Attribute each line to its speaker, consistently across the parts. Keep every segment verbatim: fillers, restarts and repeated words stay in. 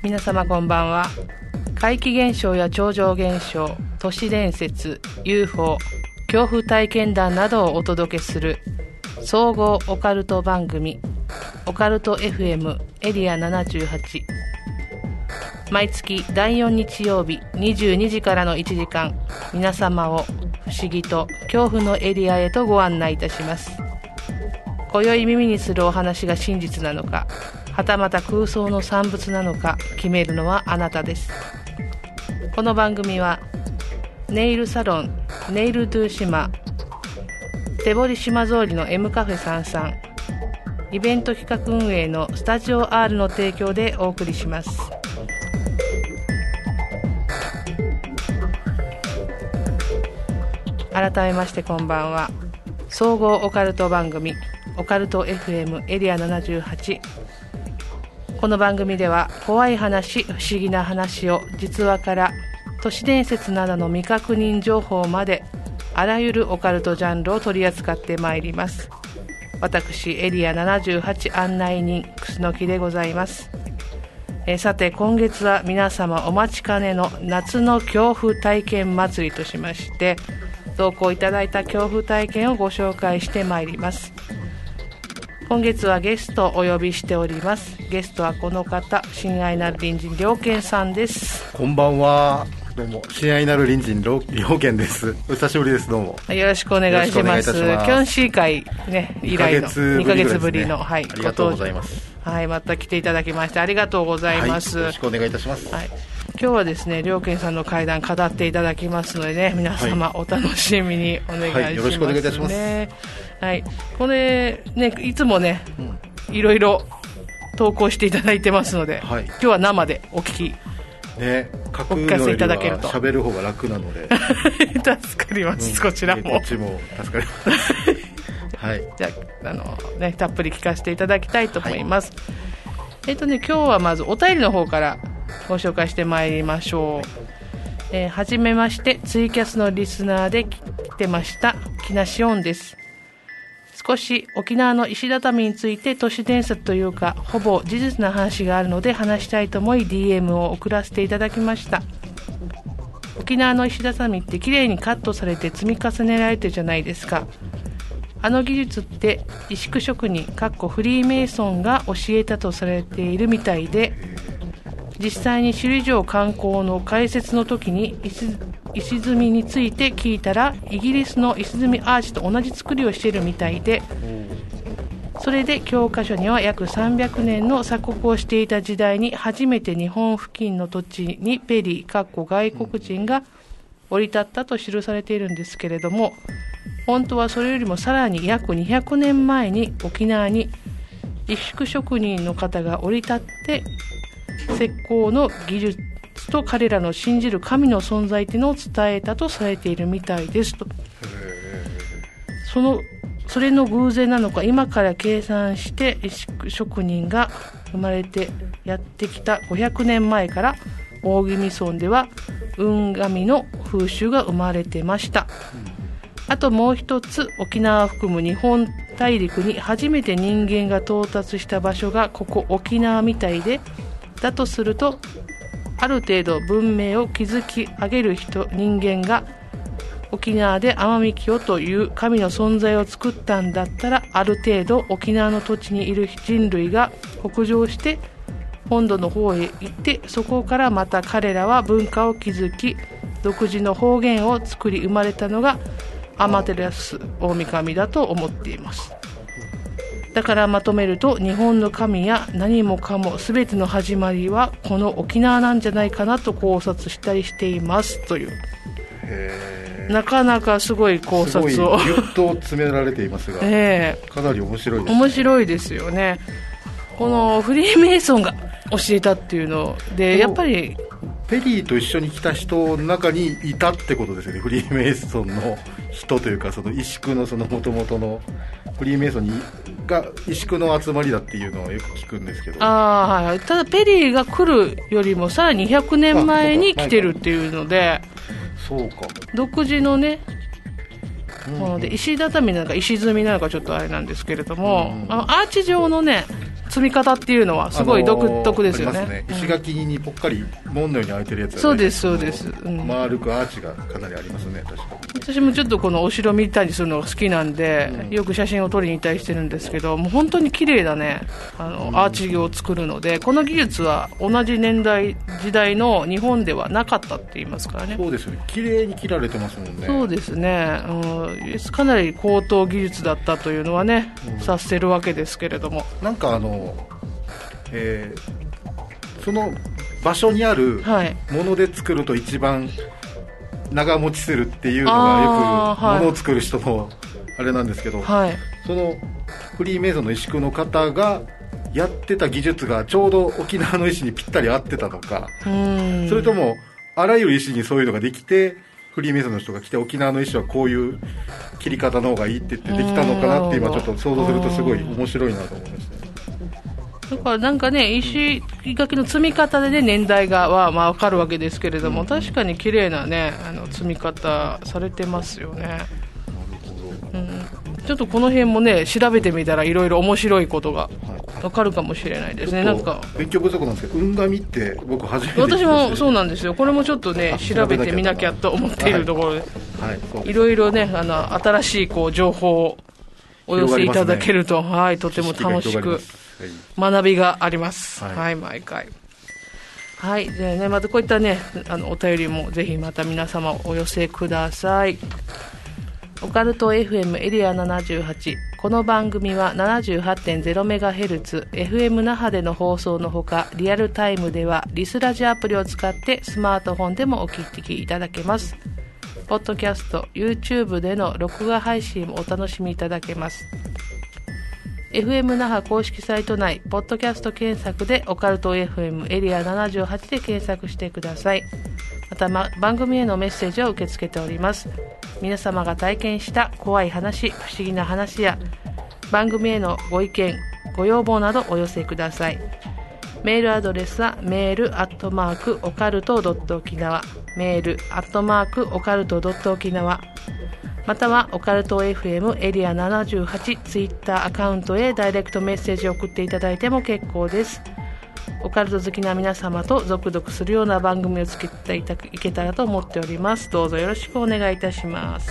Speaker 1: 皆様こんばんは。怪奇現象や超常現象、都市伝説、 ユーフォー、 恐怖体験談などをお届けする総合オカルト番組オカルト エフエム エリアななじゅうはち。毎月だいよん日曜日にじゅうにじからのいちじかん、皆様を不思議と恐怖のエリアへとご案内いたします。今宵耳にするお話が真実なのか、はたまた空想の産物なのか決めるのはあなたです。この番組はネイルサロンネイルドゥ島、手堀島通りの M カフェさんさん、イベント企画運営のスタジオ R の提供でお送りします。改めましてこんばんは。総合オカルト番組オカルト エフエム エリアななじゅうはち。この番組では怖い話、不思議な話を実話から都市伝説などの未確認情報まで、あらゆるオカルトジャンルを取り扱ってまいります。私エリアななじゅうはち案内人楠木でございます。えさて今月は皆様お待ちかねの夏の恐怖体験祭りとしまして、投稿いただいた恐怖体験をご紹介してまいります。今月はゲストをお呼びしております。ゲストはこの方、親愛なる隣人良健さんです。
Speaker 2: こんばんは。どうも親愛なる隣人良健です。お久しぶりです。どうも
Speaker 1: よろしくお願いします。キョンシー会、ね、以来のにかげつぶりの、はい、
Speaker 2: ありがとうございます。
Speaker 1: はい、また来ていただきましてありがとうございます。
Speaker 2: はい、よろしくお願いいたします。
Speaker 1: はい、今日はですね、良健さんの会談語っていただきますのでね、皆様お楽しみにお願いしますね。はい、よろしくお願いいたします。はい、これね、いつもね、うん、いろいろ投稿していただいてますので、はい、今日は生でお聞き、
Speaker 2: ね、書くのよりは喋る方が楽なので
Speaker 1: 助かります、うん、こちらも
Speaker 2: こっちも助かりますはい、
Speaker 1: じゃあ、あのね、たっぷり聞かせていただきたいと思います。はい、えっとね、今日はまずお便りの方からご紹介してまいりましょう。えー、はじめまして、ツイキャスのリスナーで来てました木梨音です。少し沖縄の石畳について都市伝説というかほぼ事実な話があるので話したいと思い ディーエム を送らせていただきました。沖縄の石畳ってきれいにカットされて積み重ねられてるじゃないですか。あの技術って石工職人かっこフリーメイソンが教えたとされているみたいで、実際に首里城観光の開設の時に 石, 石積みについて聞いたら、イギリスの石積みアーチと同じ作りをしているみたいで、それで教科書には約さんびゃくねんの鎖国をしていた時代に初めて日本付近の土地にペリーかっこ外国人が降り立ったと記されているんですけれども、本当はそれよりもさらに約にひゃくねんまえに沖縄に石工職人の方が降り立って石膏の技術と彼らの信じる神の存在というのを伝えたとされているみたいですと。そのそれの偶然なのか、今から計算して石工職人が生まれてやってきたごひゃくねんまえから大宜味村では運神の風習が生まれてました。あともう一つ、沖縄を含む日本大陸に初めて人間が到達した場所がここ沖縄みたいで、だとするとある程度文明を築き上げる人人間が沖縄で天海清という神の存在を作ったんだったら、ある程度沖縄の土地にいる人類が北上して本土の方へ行って、そこからまた彼らは文化を築き独自の方言を作り生まれたのがアマテラス大神だと思っています。だからまとめると、日本の神や何もかも全ての始まりはこの沖縄なんじゃないかなと考察したりしていますという。へー、なかなかすごい考察を
Speaker 2: すごいギュッと詰められていますが、えー、かなり面白いですね。
Speaker 1: 面白いですよね。このフリーメイソンが教えたっていうので、やっぱり
Speaker 2: ペリーと一緒に来た人の中にいたってことですよね。フリーメイソンの人というか、その石工のその元々のフリーメイソンにが石工の集まりだっていうのはよく聞くんですけど、
Speaker 1: あ、はい、ただペリーが来るよりもさらににひゃくねんまえに来てるっていうので、
Speaker 2: そうか、
Speaker 1: 独自のねもので、石畳なのか石積みなのかちょっとあれなんですけれども、うん、あのアーチ状のね積み方っていうのはすごい独特ですよね。
Speaker 2: あのー、ありますね。石垣にぽっかり門のように開いてるやつ、ね、
Speaker 1: そうですそうです、うん、
Speaker 2: 丸くアーチがかなりありますね。確かに
Speaker 1: 私もちょっとこのお城見たりするのが好きなんで、うん、よく写真を撮りに行ったりしてるんですけど、もう本当に綺麗だね、あの、うん、アーチを作るので、この技術は同じ年代時代の日本ではなかったって言いますからね。
Speaker 2: そうですよね、綺麗に切られてますもんね。
Speaker 1: そうですね、うん、かなり高等技術だったというのはね、うん、察せるわけですけれども、
Speaker 2: なんかあの、えー、その場所にあるもので作ると一番長持ちするっていうのがよくものを作る人のあれなんですけど、はい、そのフリーメイソンの石工の方がやってた技術がちょうど沖縄の石にぴったり合ってたのか、うん、それともあらゆる石にそういうのができてフリーメイソンの人が来て沖縄の石はこういう切り方の方がいいって言ってできたのかなって今ちょっと想像するとすごい面白いなと思いましたね。
Speaker 1: だからなんかね、石垣の積み方でね、年代がはまあ分かるわけですけれども、うん、確かに綺麗なね、あの積み方されてますよね。うん、ちょっとこの辺もね、調べてみたらいろいろ面白いことが分かるかもしれないですね。なんか
Speaker 2: 勉強不足なんですけど、運紙って僕初めて、
Speaker 1: 私もそうなんですよ。これもちょっとね、調べてみなきゃと思っているところで、いろいろね、あの新しいこう情報をお寄せいただけると、ね、はい、とても楽しく学びがあります。はい、はい、毎回。はい、でね、またこういったね、あのお便りもぜひまた皆様お寄せください。オカルト エフエム エリアななじゅうはち。この番組は ななじゅうはちてんゼロメガヘルツ、エフエム 那覇での放送のほか、リアルタイムではリスラジアプリを使ってスマートフォンでもお聞きいただけます。ポッドキャスト、YouTube での録画配信もお楽しみいただけます。エフエム 那覇公式サイト内、ポッドキャスト検索でオカルト エフエム エリアななじゅうはちで検索してください。また、ま、番組へのメッセージを受け付けております。皆様が体験した怖い話、不思議な話や番組へのご意見、ご要望などお寄せください。メールアドレスはメールアットマークオカルトドット沖縄、メールアットマークオカルトドット沖縄、またはオカルト エフエム エリアななじゅうはちツイッターアカウントへダイレクトメッセージを送っていただいても結構です。オカルト好きな皆様とゾクゾクするような番組を作っていけたらと思っております。どうぞよろしくお願いいたします。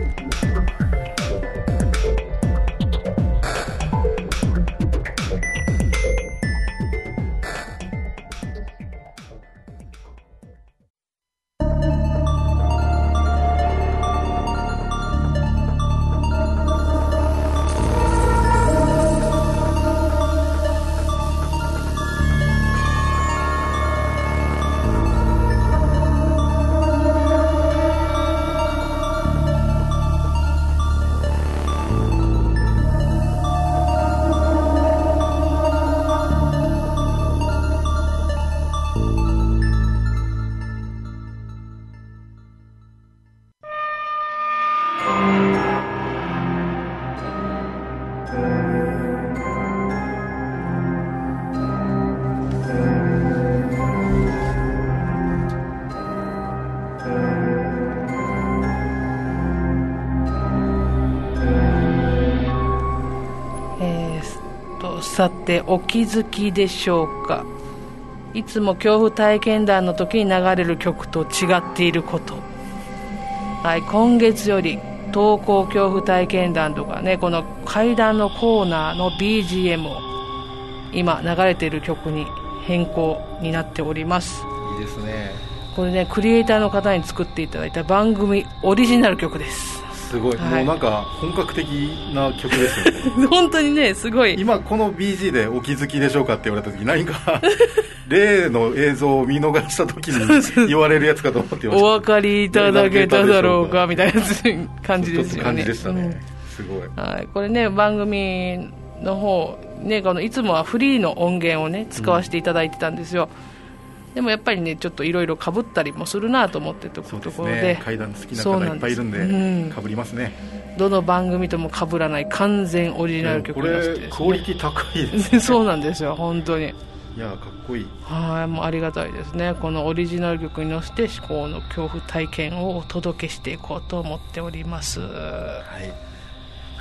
Speaker 1: さてお気づきでしょうか。いつも恐怖体験談の時に流れる曲と違っていること、はい、今月より投稿恐怖体験談とかね、この怪談のコーナーの ビージーエム を今流れている曲に変更になっております。
Speaker 2: いいですね。こ
Speaker 1: れね、クリエイターの方に作っていただいた番組オリジナル曲です。
Speaker 2: すごい、はい、もうなんか本格的な曲ですよね
Speaker 1: 本当にね、すごい。
Speaker 2: 今この ビージー でお気づきでしょうかって言われた時、何か例の映像を見逃した時に言われるやつかと思ってました。
Speaker 1: お分かりいただけただろうかみたいな感じですよね。
Speaker 2: 感じでしたね、うん、すごい、
Speaker 1: はい、これね、番組の方ね、このいつもはフリーの音源をね使わせていただいてたんですよ、うん、でもやっぱりね、ちょっといろいろ被ったりもするなと思ってところで、
Speaker 2: ね、怪談好きな方いっぱいいるんで、うん、被りますね。
Speaker 1: どの番組とも被らない完全オリジナル曲になってですね、
Speaker 2: これクオリティ高いですね
Speaker 1: そうなんですよ、本当に。
Speaker 2: いや、かっこいい。
Speaker 1: はい、もうありがたいですね。このオリジナル曲に乗せて思考の恐怖体験をお届けしていこうと思っております。はい、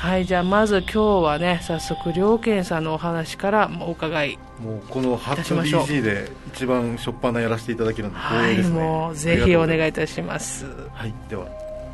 Speaker 1: はい、じゃあまず今日はね、早速良健さんのお話からお伺い
Speaker 2: もうこの初 ビージー で一番初っ端やらせていただけるので光栄ですね。
Speaker 1: はい、もうぜひお願いいたします。
Speaker 2: はい、では、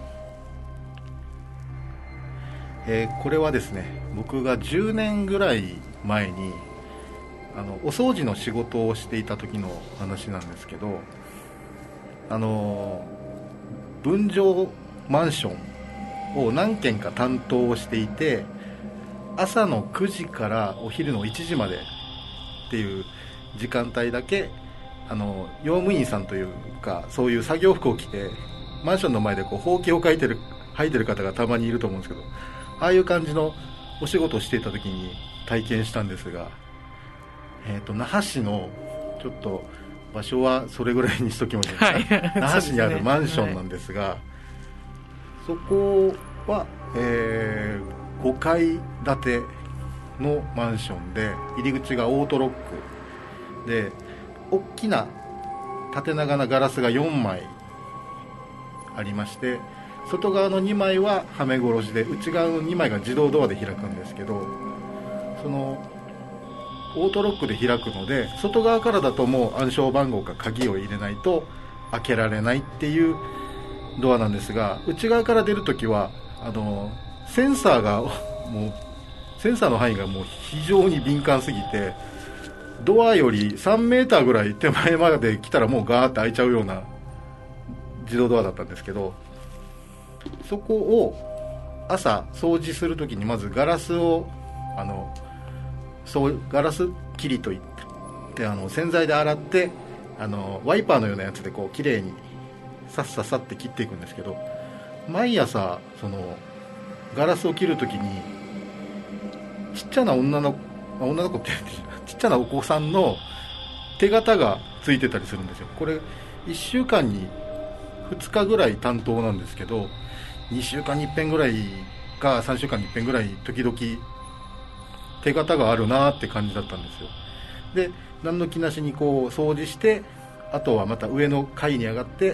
Speaker 2: えー、これはですね、僕がじゅうねんぐらい前にあのお掃除の仕事をしていた時の話なんですけど、あの分譲マンションを何軒か担当していて、朝のくじからお昼のいちじまでっていう時間帯だけあの用務員さんというか、そういう作業服を着てマンションの前でこうほうきをかいてる吐いてる方がたまにいると思うんですけど、ああいう感じのお仕事をしていた時に体験したんですが、えーと、那覇市のちょっと場所はそれぐらいにしときましょうか、はい、那覇市にあるマンションなんですが、そこは、えー、ごかい建てのマンションで、入り口がオートロックで、大きな縦長なガラスがよんまいありまして、外側のにまいははめ殺しで、内側のにまいが自動ドアで開くんですけど、そのオートロックで開くので、外側からだともう暗証番号か鍵を入れないと開けられないっていうドアなんですが、内側から出るときはあのセンサーがもうセンサーの範囲がもう非常に敏感すぎて、ドアよりさんメーターぐらい手前まで来たらもうガーッて開いちゃうような自動ドアだったんですけど、そこを朝掃除するときにまずガラスをあのそうガラス切りといってあの洗剤で洗って、あのワイパーのようなやつでこう綺麗にさっさっさって切っていくんですけど、毎朝そのガラスを切るときにちっちゃな女の女の子ってちっちゃなお子さんの手形がついてたりするんですよ。これいっしゅうかんにふつかぐらい担当なんですけど、にしゅうかんにいっぺんぐらいかさんしゅうかんにいっぺんぐらい時々手形があるなって感じだったんですよ。で、何の気なしにこう掃除して、あとはまた上の階に上がって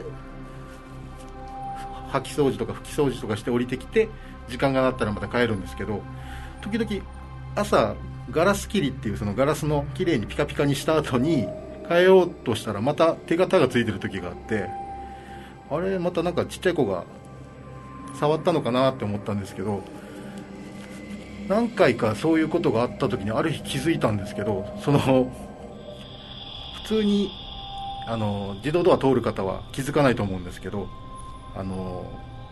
Speaker 2: 掃き掃除とか拭き掃除とかして降りてきて、時間がなったらまた帰るんですけど、時々朝ガラス切りっていうそのガラスのきれいにピカピカにした後に変えようとしたらまた手形がついてる時があって、あれまたなんかちっちゃい子が触ったのかなって思ったんですけど、何回かそういうことがあった時にある日気づいたんですけど、その普通にあの自動ドア通る方は気づかないと思うんですけど、あの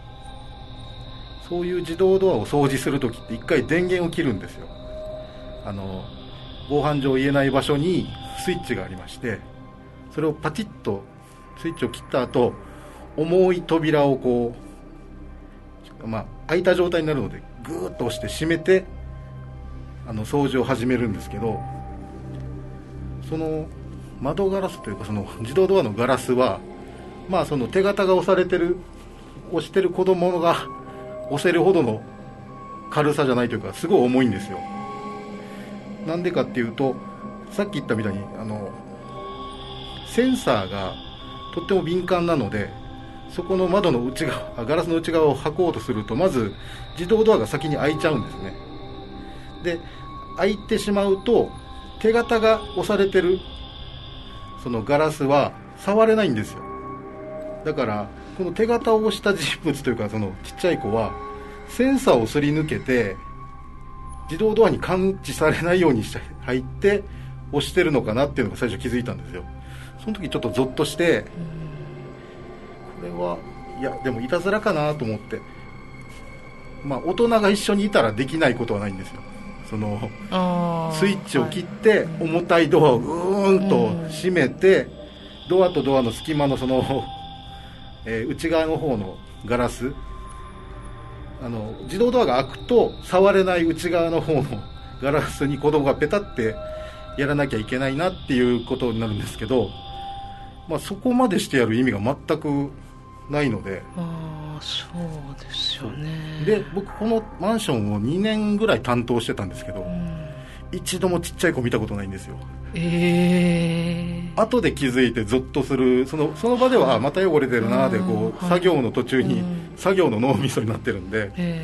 Speaker 2: そういう自動ドアを掃除する時って一回電源を切るんですよ。あの防犯上言えない場所にスイッチがありまして、それをパチッとスイッチを切った後、重い扉をこう、まあ、開いた状態になるのでグーッと押して閉めてあの掃除を始めるんですけど、その窓ガラスというかその自動ドアのガラスは、まあ、その手形が押されてる押してる子供が押せるほどの軽さじゃないというか、すごい重いんですよ。なんでかっていうと、さっき言ったみたいにあのセンサーがとっても敏感なので、そこの窓の内側、ガラスの内側を履こうとすると、まず自動ドアが先に開いちゃうんですね。で、開いてしまうと手形が押されてるそのガラスは触れないんですよ。だからこの手形を押した人物というか、そのちっちゃい子はセンサーをすり抜けて自動ドアに感知されないようにして入って押してるのかなっていうのが最初気づいたんですよ。その時ちょっとゾッとして、これはいやでもいたずらかなと思って、まあ大人が一緒にいたらできないことはないんですよ。そのスイッチを切って重たいドアをぐーんと閉めて、ドアとドアの隙間のその、えー、内側の方のガラス、あの自動ドアが開くと触れない内側の方のガラスに子供がペタってやらなきゃいけないなっていうことになるんですけど、まあ、そこまでしてやる意味が全くないので。
Speaker 1: ああ、そうですよね。
Speaker 2: で、僕このマンションをにねんぐらい担当してたんですけど、うん、一度もちっちゃい子見たことないんですよ。
Speaker 1: えー、
Speaker 2: 後で気づいてゾッとする。その、その場ではまた汚れてるなでこう、作業の途中に作業の脳みそになってるんで、
Speaker 1: え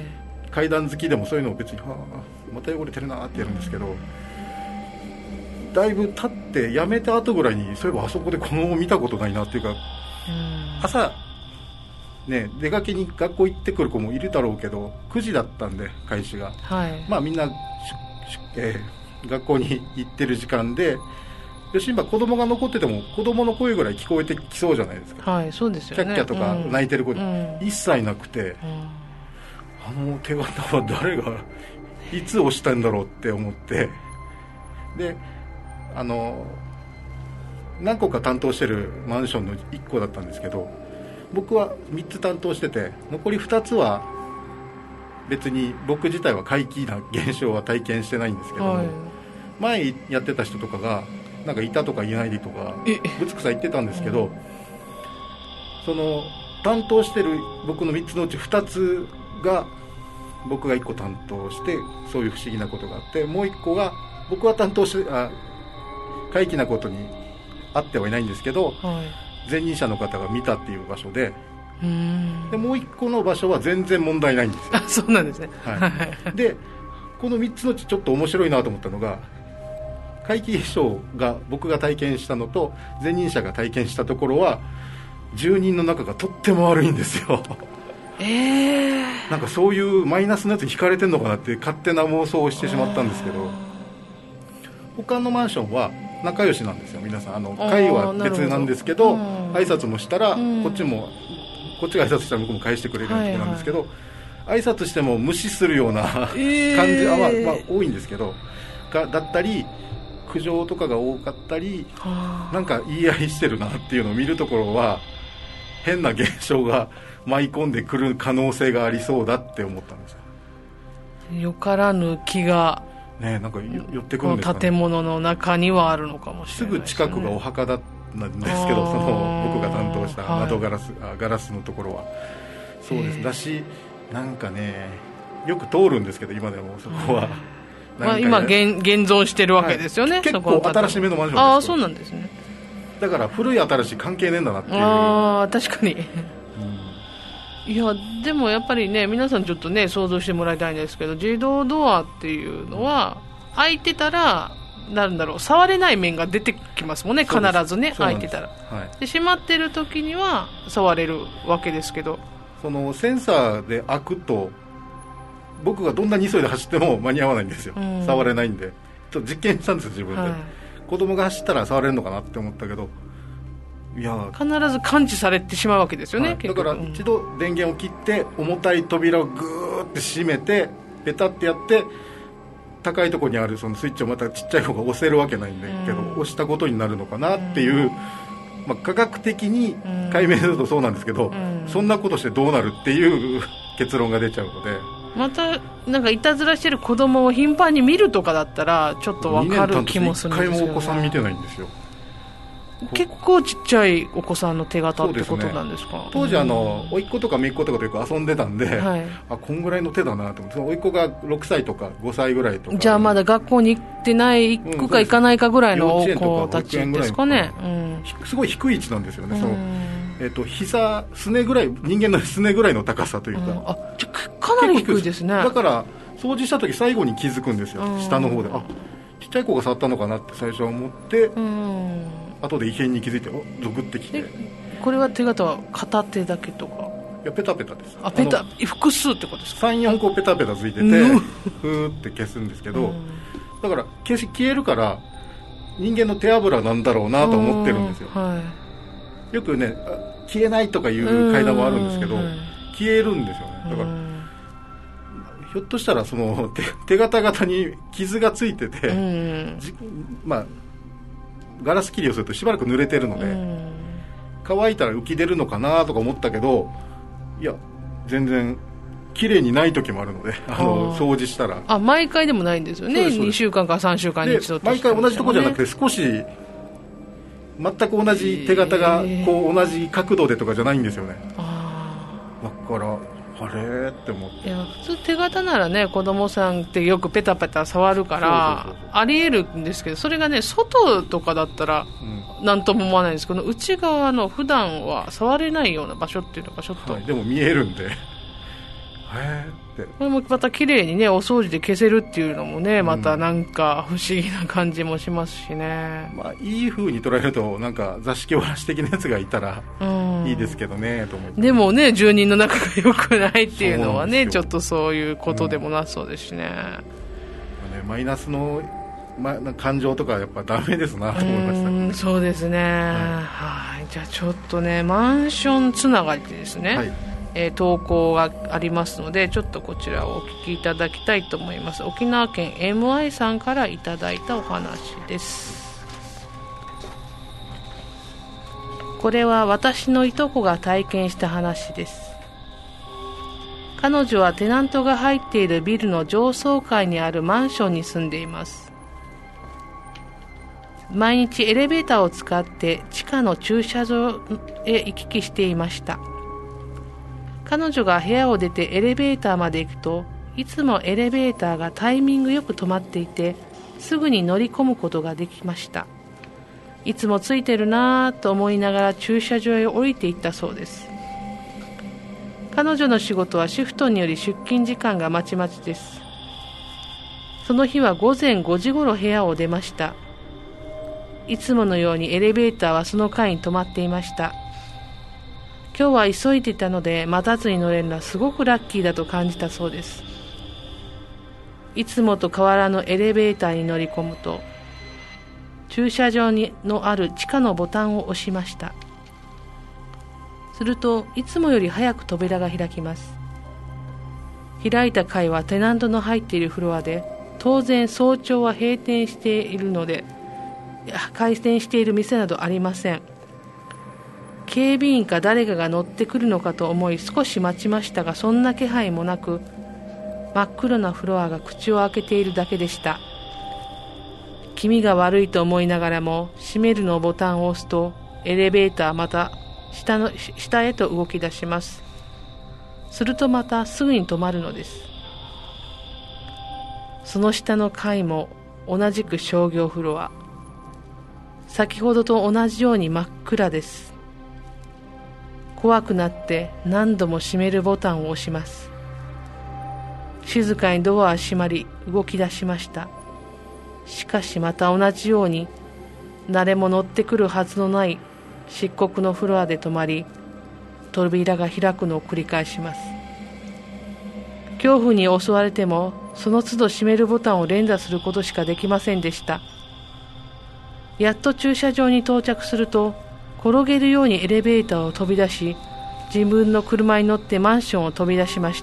Speaker 2: 階段好きでもそういうのを別にはあまた汚れてるなってやるんですけど、だいぶ経ってやめた後ぐらいにそういえばあそこでこの見たことないなっていうか、朝ね出かけに学校行ってくる子もいるだろうけどくじだったんで開始が、
Speaker 1: はい、
Speaker 2: まあみんな、えー、学校に行ってる時間でよし今子供が残ってても子供の声ぐらい聞こえてきそうじゃないですか。
Speaker 1: はいそうですよね。
Speaker 2: キャッキャとか泣いてる声、うん、一切なくて、うん、あの手形は誰がいつ押したんだろうって思って、であの何個か担当してるマンションのいっこだったんですけど、僕はみっつ担当してて残りふたつは別に僕自体は怪奇な現象は体験してないんですけども、はい、前やってた人とかがなんかいたとかいないでとかぶつくさ言ってたんですけど、うん、その担当してる僕のみっつのうちふたつが僕がいっこ担当してそういう不思議なことがあって、もういっこが僕は担当してあ怪奇なことにあってはいないんですけど、はい、前任者の方が見たっていう場所で、うーんでもういっこの場所は全然問題ないんですよ。
Speaker 1: あそうなんですね、
Speaker 2: はい、でこのみっつのうちちょっと面白いなと思ったのが、怪奇現象が僕が体験したのと前任者が体験したところは住人の中がとっても悪いんですよ。えー、なんかそういうマイナスのやつ引かれてんのかなって勝手な妄想をしてしまったんですけど、他のマンションは仲良しなんですよ皆さん。あの会は別なんですけど、挨拶もしたら、うん、こっちもこっちが挨拶したら向こうも返してくれる人なんですけど、はいはい、挨拶しても無視するような感じ、えー、あ、まあまあ、多いんですけどがだったり苦情とかが多かったり、なんか言い合いしてるなっていうのを見るところは変な現象が舞い込んでくる可能性がありそうだって思ったんですよ。
Speaker 1: よからぬ気が
Speaker 2: ね、なんか寄ってくるんですかね。
Speaker 1: 建物の中にはあるのかもしれないですね。
Speaker 2: すぐ近くがお墓だったんですけど、その僕が担当した窓ガラス、はい、ガラスのところはそうですだし、なんかねよく通るんですけど今でもそこは、
Speaker 1: まあ、今 現, 現存してるわけですよね、はい、
Speaker 2: 結構新しめのマンションです。
Speaker 1: ああそうなんですね。
Speaker 2: だから古い新しい関係ねえんだなっていう。
Speaker 1: ああ確かに、うん、いやでもやっぱりね皆さんちょっとね想像してもらいたいんですけど、自動ドアっていうのは開いてたらなんだろう触れない面が出てきますもんね、必ずね開いてたら、はい、で閉まってる時には触れるわけですけど、
Speaker 2: そのセンサーで開くと僕がどんなに急いで走っても間に合わないんですよ、うん、触れないんで。ちょっと実験したんです自分で、はい、子供が走ったら触れるのかなって思ったけど、いや
Speaker 1: 必ず感知されてしまうわけですよね、
Speaker 2: はい、だから一度電源を切って重たい扉をグーって閉めてペタってやって高いところにあるそのスイッチをまたちっちゃい方が押せるわけないんだけど、うん、押したことになるのかなっていう、うんまあ、科学的に解明するとそうなんですけど、うん、そんなことしてどうなるっていう結論が出ちゃうので、ま
Speaker 1: たなんかいたずらしてる子供を頻繁に見るとかだったらちょっと分かる気もするんですよね。
Speaker 2: いっかいもお子さん見てないんですよ。
Speaker 1: 結構ちっちゃいお子さんの手形ってことなんですか。
Speaker 2: ですね、当時あの甥っ子とか姪っ子とかとよく遊んでたんで、はい、あこんぐらいの手だなと思って、甥っ子がろくさいとかごさいぐらいとか、
Speaker 1: じゃあまだ学校に行ってない行くか行かないかぐらいの子たちですかね、うん、
Speaker 2: すごい低い位置なんですよね、そのえー、と膝すねぐらい人間のすねぐらいの高さというか、うん、
Speaker 1: あじゃかなり低いですね。
Speaker 2: だから掃除した時最後に気づくんですよ、下の方であちっちゃい子が触ったのかなって最初は思って、うん後で異変に気づいておゾクってきて。
Speaker 1: これは手形は片手だけとか。
Speaker 2: いやペタペタです。
Speaker 1: あペタ複数ってことですか。
Speaker 2: さん,よん 個ペタペタついてて、うん、ふーって消すんですけど、うん、だから消し消えるから人間の手油なんだろうなと思ってるんですよ、はい、よくね消えないとかいう階段もあるんですけど、消えるんですよね。だからひょっとしたらその 手, 手形型に傷がついてて、じまあガラス切りをするとしばらく濡れてるので、うん、乾いたら浮き出るのかなとか思ったけど、いや全然綺麗にない時もあるので、あの掃除したら
Speaker 1: あ毎回でもないんですよね。にしゅうかんかさんしゅうかんに一度、
Speaker 2: ね、毎回同じところじゃなくて少し全く同じ手形がこう同じ角度でとかじゃないんですよね。だからあれって思って、
Speaker 1: いや普通手形ならね子供さんってよくペタペタ触るからありえるんですけど、それがね外とかだったら何とも思わないんですけど、内側の普段は触れないような場所っていうのがちょっと、
Speaker 2: はい、でも見えるんでへーっって
Speaker 1: これもまた綺麗にねお掃除で消せるっていうのもねまたなんか不思議な感じもしますしね、
Speaker 2: うん、まあ、いい風に捉えるとなんか座敷わらし的なやつがいたらいいですけどね、うん、と思って。
Speaker 1: でもね住人の仲が良くないっていうのはねちょっとそういうことでもなそうですしね、
Speaker 2: うん、ねマイナスのま、感情とかやっぱダメですなと思いました、ね、
Speaker 1: そうですね、はい、はいじゃあちょっとねマンションつながりでですね、はい、えー、投稿がありますのでちょっとこちらをお聞きいただきたいと思います。沖縄県 エムアイ さんからいただいたお話です。これは私のいとこが体験した話です。彼女はテナントが入っているビルの上層階にあるマンションに住んでいます。毎日エレベーターを使って地下の駐車場へ行き来していました。彼女が部屋を出てエレベーターまで行くといつもエレベーターがタイミングよく止まっていてすぐに乗り込むことができました。いつもついてるなぁと思いながら駐車場へ降りていったそうです。彼女の仕事はシフトにより出勤時間がまちまちです。その日は午前ごじごろ部屋を出ました。いつものようにエレベーターはその階に止まっていました。今日は急いでいたので待たずに乗れるのはすごくラッキーだと感じたそうです。いつもと変わらぬエレベーターに乗り込むと駐車場にのある地下のボタンを押しました。するといつもより早く扉が開きます。開いた階はテナントの入っているフロアで当然早朝は閉店しているので開店している店などありません。警備員か誰かが乗ってくるのかと思い少し待ちましたがそんな気配もなく真っ黒なフロアが口を開けているだけでした。気味が悪いと思いながらも閉めるのボタンを押すとエレベーターまた下の下へと動き出します。するとまたすぐに止まるのです。その下の階も同じく商業フロア。先ほどと同じように真っ暗です。怖くなって何度も閉めるボタンを押します。静かにドアは閉まり動き出しました。しかしまた同じように誰も乗ってくるはずのない漆黒のフロアで止まり扉が開くのを繰り返します。恐怖に襲われてもその都度閉めるボタンを連打することしかできませんでした。やっと駐車場に到着すると転げるようにエレベーターを飛び出し自分の車に乗ってマンションを飛び出しました。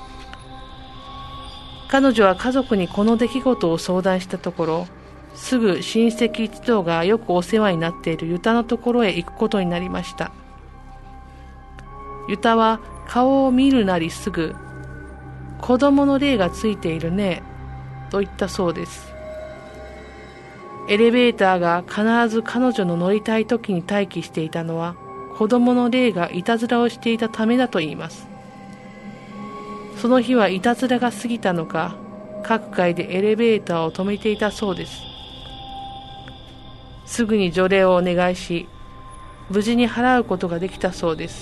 Speaker 1: 彼女は家族にこの出来事を相談したところすぐ親戚一同がよくお世話になっているユタのところへ行くことになりました。ユタは顔を見るなりすぐ子供の霊がついているねと言ったそうです。エレベーターが必ず彼女の乗りたい時に待機していたのは子供の霊がいたずらをしていたためだと言います。その日はいたずらが過ぎたのか各階でエレベーターを止めていたそうです。すぐに除霊をお願いし無事に払うことができたそうです。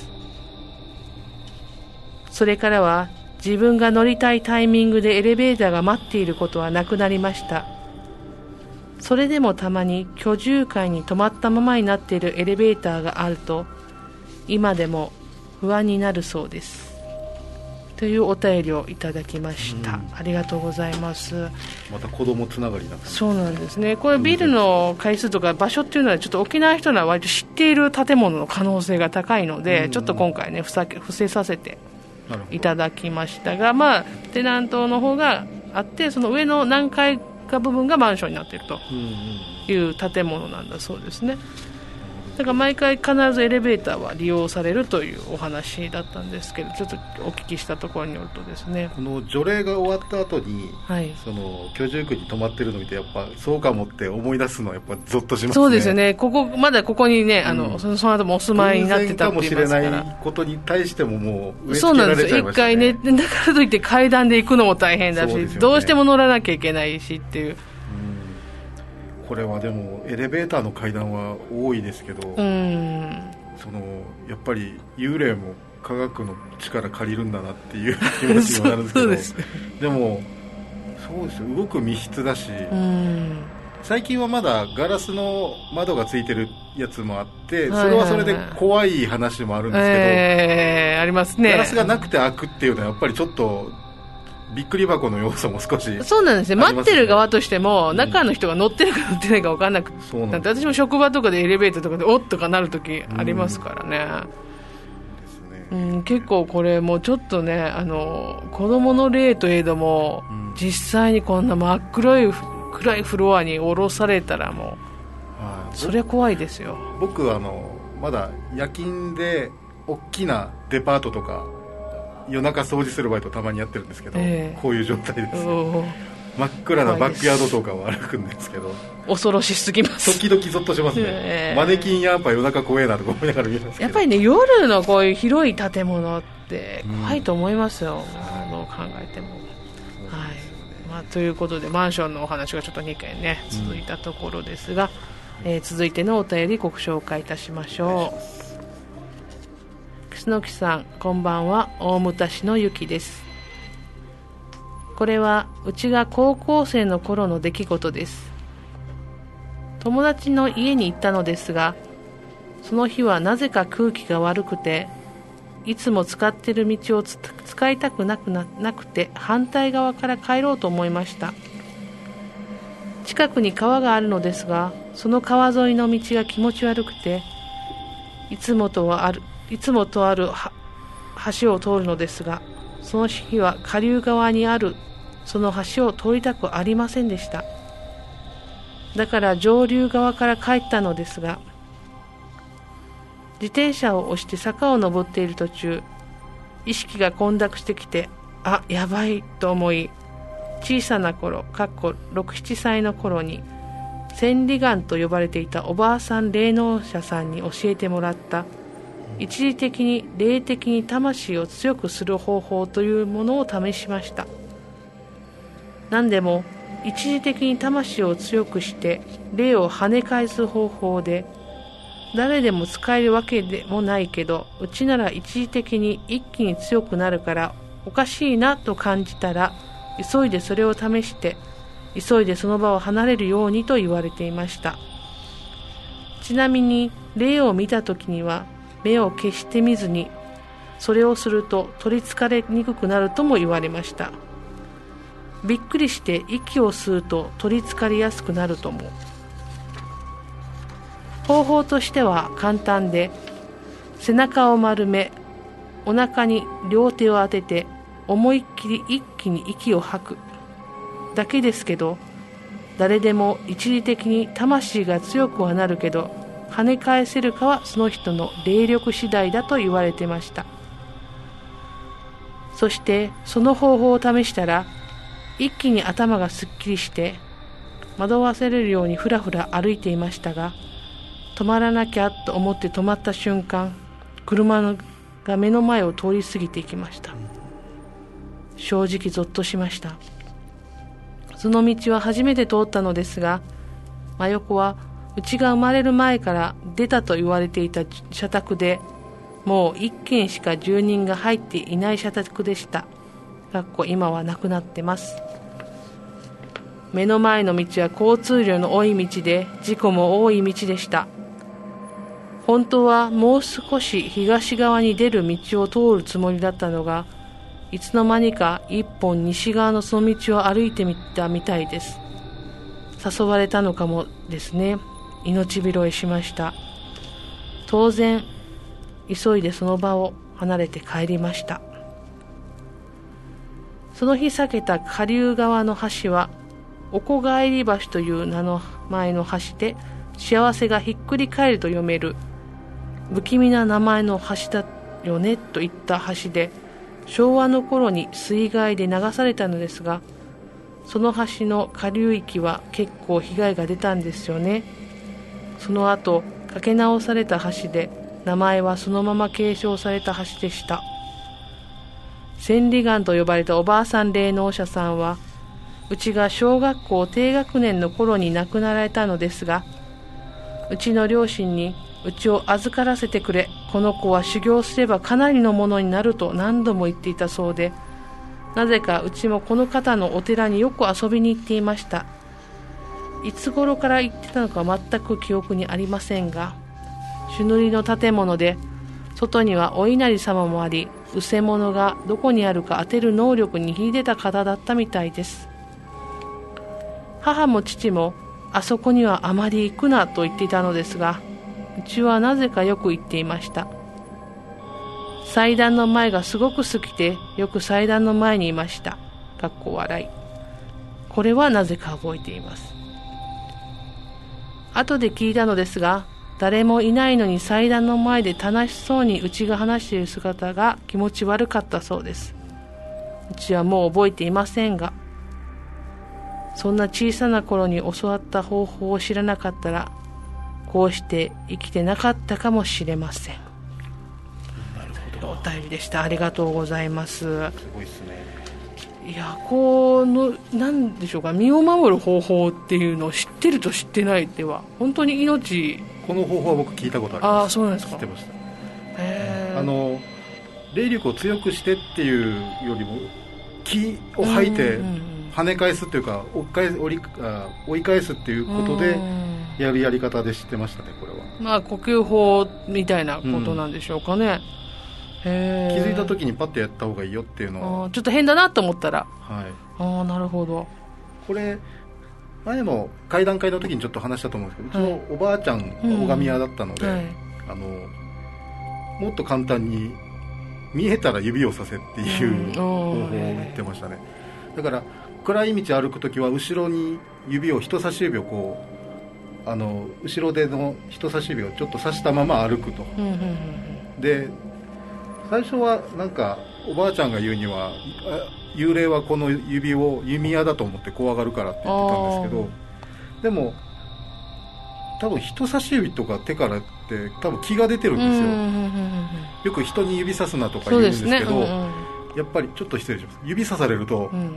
Speaker 1: それからは自分が乗りたいタイミングでエレベーターが待っていることはなくなりました。それでもたまに居住階に止まったままになっているエレベーターがあると今でも不安になるそうです。というお便りをいただきました、うん、ありがとうございます。
Speaker 2: また子供つながりなんですね。
Speaker 1: そうなんですね。これビルの階数とか場所っていうのはちょっと沖縄の人は割と知っている建物の可能性が高いので、うん、ちょっと今回ね伏せさせていただきましたが、まあテナントの方があってその上の何階か部分がマンションになっているという建物なんだそうですね。だから毎回必ずエレベーターは利用されるというお話だったんですけどちょっとお聞きしたところによるとですね
Speaker 2: この除霊が終わった後に、はい、その居住区に泊まってるのを見てやっぱそうかもって思い出すのはやっぱゾッとしますね。
Speaker 1: そうですよね。ここまだここにね、うん、あのそのその後もお住まいになってたって言いますから
Speaker 2: 偶然かもしれないことに対してももう植え付けられちゃいましたね。そうなんですよ。一回ねだからといって階段で行くのも大変だし、ね、どうしても乗らなきゃいけないしっていう。 これはでもエレベーターの階段は多いですけど、うん、そのやっぱり幽霊も科学の力借りるんだなっていう気持ちにもなるんですけど
Speaker 1: そうです、
Speaker 2: でもそうですよ、動く密室だし、
Speaker 1: うん、
Speaker 2: 最近はまだガラスの窓がついてるやつもあって、それはそれで怖い話もあるんですけど、
Speaker 1: えー、ありますね。
Speaker 2: ガラスがなくて開くっていうのはやっぱりちょっとびっくり箱の要素も少し、ね、
Speaker 1: そうなんですね。待ってる側としても、うん、中の人が乗ってるか乗ってないか分からなくて、
Speaker 2: そうなんです。
Speaker 1: 私も職場とかでエレベーターとかでおっとかなるときありますからね、うん、うん、結構これもうちょっとね、あの子供の例といえども、うん、実際にこんな真っ黒い暗いフロアに降ろされたらもう、はあ、それは怖いですよ。
Speaker 2: 僕あのまだ夜勤で大きなデパートとか夜中掃除するバイトたまにやってるんですけど、えー、こういう状態です、ね、真っ暗なバックヤードとかを歩くんですけど
Speaker 1: 恐ろしすぎます。
Speaker 2: 時々ゾッとしますね、えー、マネキンやっぱ夜中怖えなとか思いながら見ますけど、
Speaker 1: やっぱりね夜のこういう広い建物って怖いと思いますよ、うん、どう考えても、はい、まあ、ということでマンションのお話がちょっとにかいね続いたところですが、うん、えー、続いてのお便りご紹介いたしましょう。楠木さん、こんばんは。大牟田市のゆきです。これはうちが高校生の頃の出来事です。友達の家に行ったのですが、その日はなぜか空気が悪くて、いつも使っている道をつ使いたくなくな、なくて反対側から帰ろうと思いました。近くに川があるのですが、その川沿いの道が気持ち悪くて、いつもとはあるいつもとある橋を通るのですが、その日は下流側にあるその橋を通りたくありませんでした。だから上流側から帰ったのですが、自転車を押して坂を登っている途中、意識が混濁してきて、あ、やばいと思い、小さな頃、かっころく、ななさいの頃に、千里眼と呼ばれていたおばあさん霊能者さんに教えてもらった、一時的に霊的に魂を強くする方法というものを試しました。何でも一時的に魂を強くして霊を跳ね返す方法で、誰でも使えるわけでもないけど、うちなら一時的に一気に強くなるからおかしいなと感じたら、急いでそれを試して急いでその場を離れるようにと言われていました。ちなみに霊を見たときには目を決して見ずに、それをすると取りつかれにくくなるとも言われました。びっくりして息を吸うと取りつかりやすくなるとも。方法としては簡単で、背中を丸め、お腹に両手を当てて思いっきり一気に息を吐くだけですけど、誰でも一時的に魂が強くはなるけど、跳ね返せるかはその人の霊力次第だと言われてました。そしてその方法を試したら、一気に頭がすっきりして惑わせれるようにふらふら歩いていましたが、止まらなきゃと思って止まった瞬間、車が目の前を通り過ぎていきました。正直ゾッとしました。その道は初めて通ったのですが、真横はうちが生まれる前から出たと言われていた社宅で、もう一軒しか住人が入っていない社宅でした。かっこ今はなくなってます。目の前の道は交通量の多い道で、事故も多い道でした。本当はもう少し東側に出る道を通るつもりだったのが、いつの間にか一本西側のその道を歩いてみたみたいです。誘われたのかもですね。命拾いしました。当然急いでその場を離れて帰りました。その日避けた下流側の橋はおこ帰り橋という名の前の橋で、幸せがひっくり返ると読める不気味な名前の橋だよねといった橋で、昭和の頃に水害で流されたのですが、その橋の下流域は結構被害が出たんですよね。その後架け直された橋で、名前はそのまま継承された橋でした。千里眼と呼ばれたおばあさん霊能者さんは、うちが小学校低学年の頃に亡くなられたのですが、うちの両親にうちを預からせてくれこの子は修行すればかなりのものになると何度も言っていたそうで、なぜかうちもこの方のお寺によく遊びに行っていました。いつ頃から行ってたのか全く記憶にありませんが、朱塗りの建物で外にはお稲荷様もあり、うせ者がどこにあるか当てる能力に秀でた方だったみたいです。母も父もあそこにはあまり行くなと言っていたのですが、うちはなぜかよく行っていました。祭壇の前がすごく好きで、よく祭壇の前にいました。かっこ笑い。これはなぜか覚えています。後で聞いたのですが、誰もいないのに祭壇の前で楽しそうにうちが話している姿が気持ち悪かったそうです。うちはもう覚えていませんが、そんな小さな頃に教わった方法を知らなかったら、こうして生きてなかったかもしれません。
Speaker 2: なるほど。
Speaker 1: お便りでした。ありがとうございます。
Speaker 2: すごいですね。
Speaker 1: いや、このなんでしょうか、身を守る方法っていうのを知ってると知ってないでは本当に命。
Speaker 2: この方法は僕聞いたことあります。
Speaker 1: ああ、そうなんですか。
Speaker 2: 知ってました。
Speaker 1: へー。
Speaker 2: あの霊力を強くしてっていうよりも気を吐いて跳ね返すっていうか追い返す、追いあ追い返すっていうことでやるやり方で知ってましたね。これは
Speaker 1: まあ呼吸法みたいなことなんでしょうかね。
Speaker 2: うん、へ気づいた時にパッとやった方がいいよっていうのは、
Speaker 1: ちょっと変だなと思ったら、
Speaker 2: はい、
Speaker 1: ああ、なるほど。
Speaker 2: これ前も会談会の時にちょっと話したと思うんですけど、はい、うちのおばあちゃんが拝み屋だったので、うんはい、あのもっと簡単に見えたら指をさせっていう方法を言ってましたね。だから暗い道歩くときは後ろに指を人差し指をこうあの後ろでの人差し指をちょっと刺したまま歩くと、うんうんうん、で最初はなんかおばあちゃんが言うには幽霊はこの指を弓矢だと思って怖がるからって言ってたんですけど、でも多分人差し指とか手からって多分気が出てるんですよ、うんうんうんうん、よく人に指さすなとか言うんですけど、ね、うんうん、やっぱりちょっと失礼します、指さされると、うん、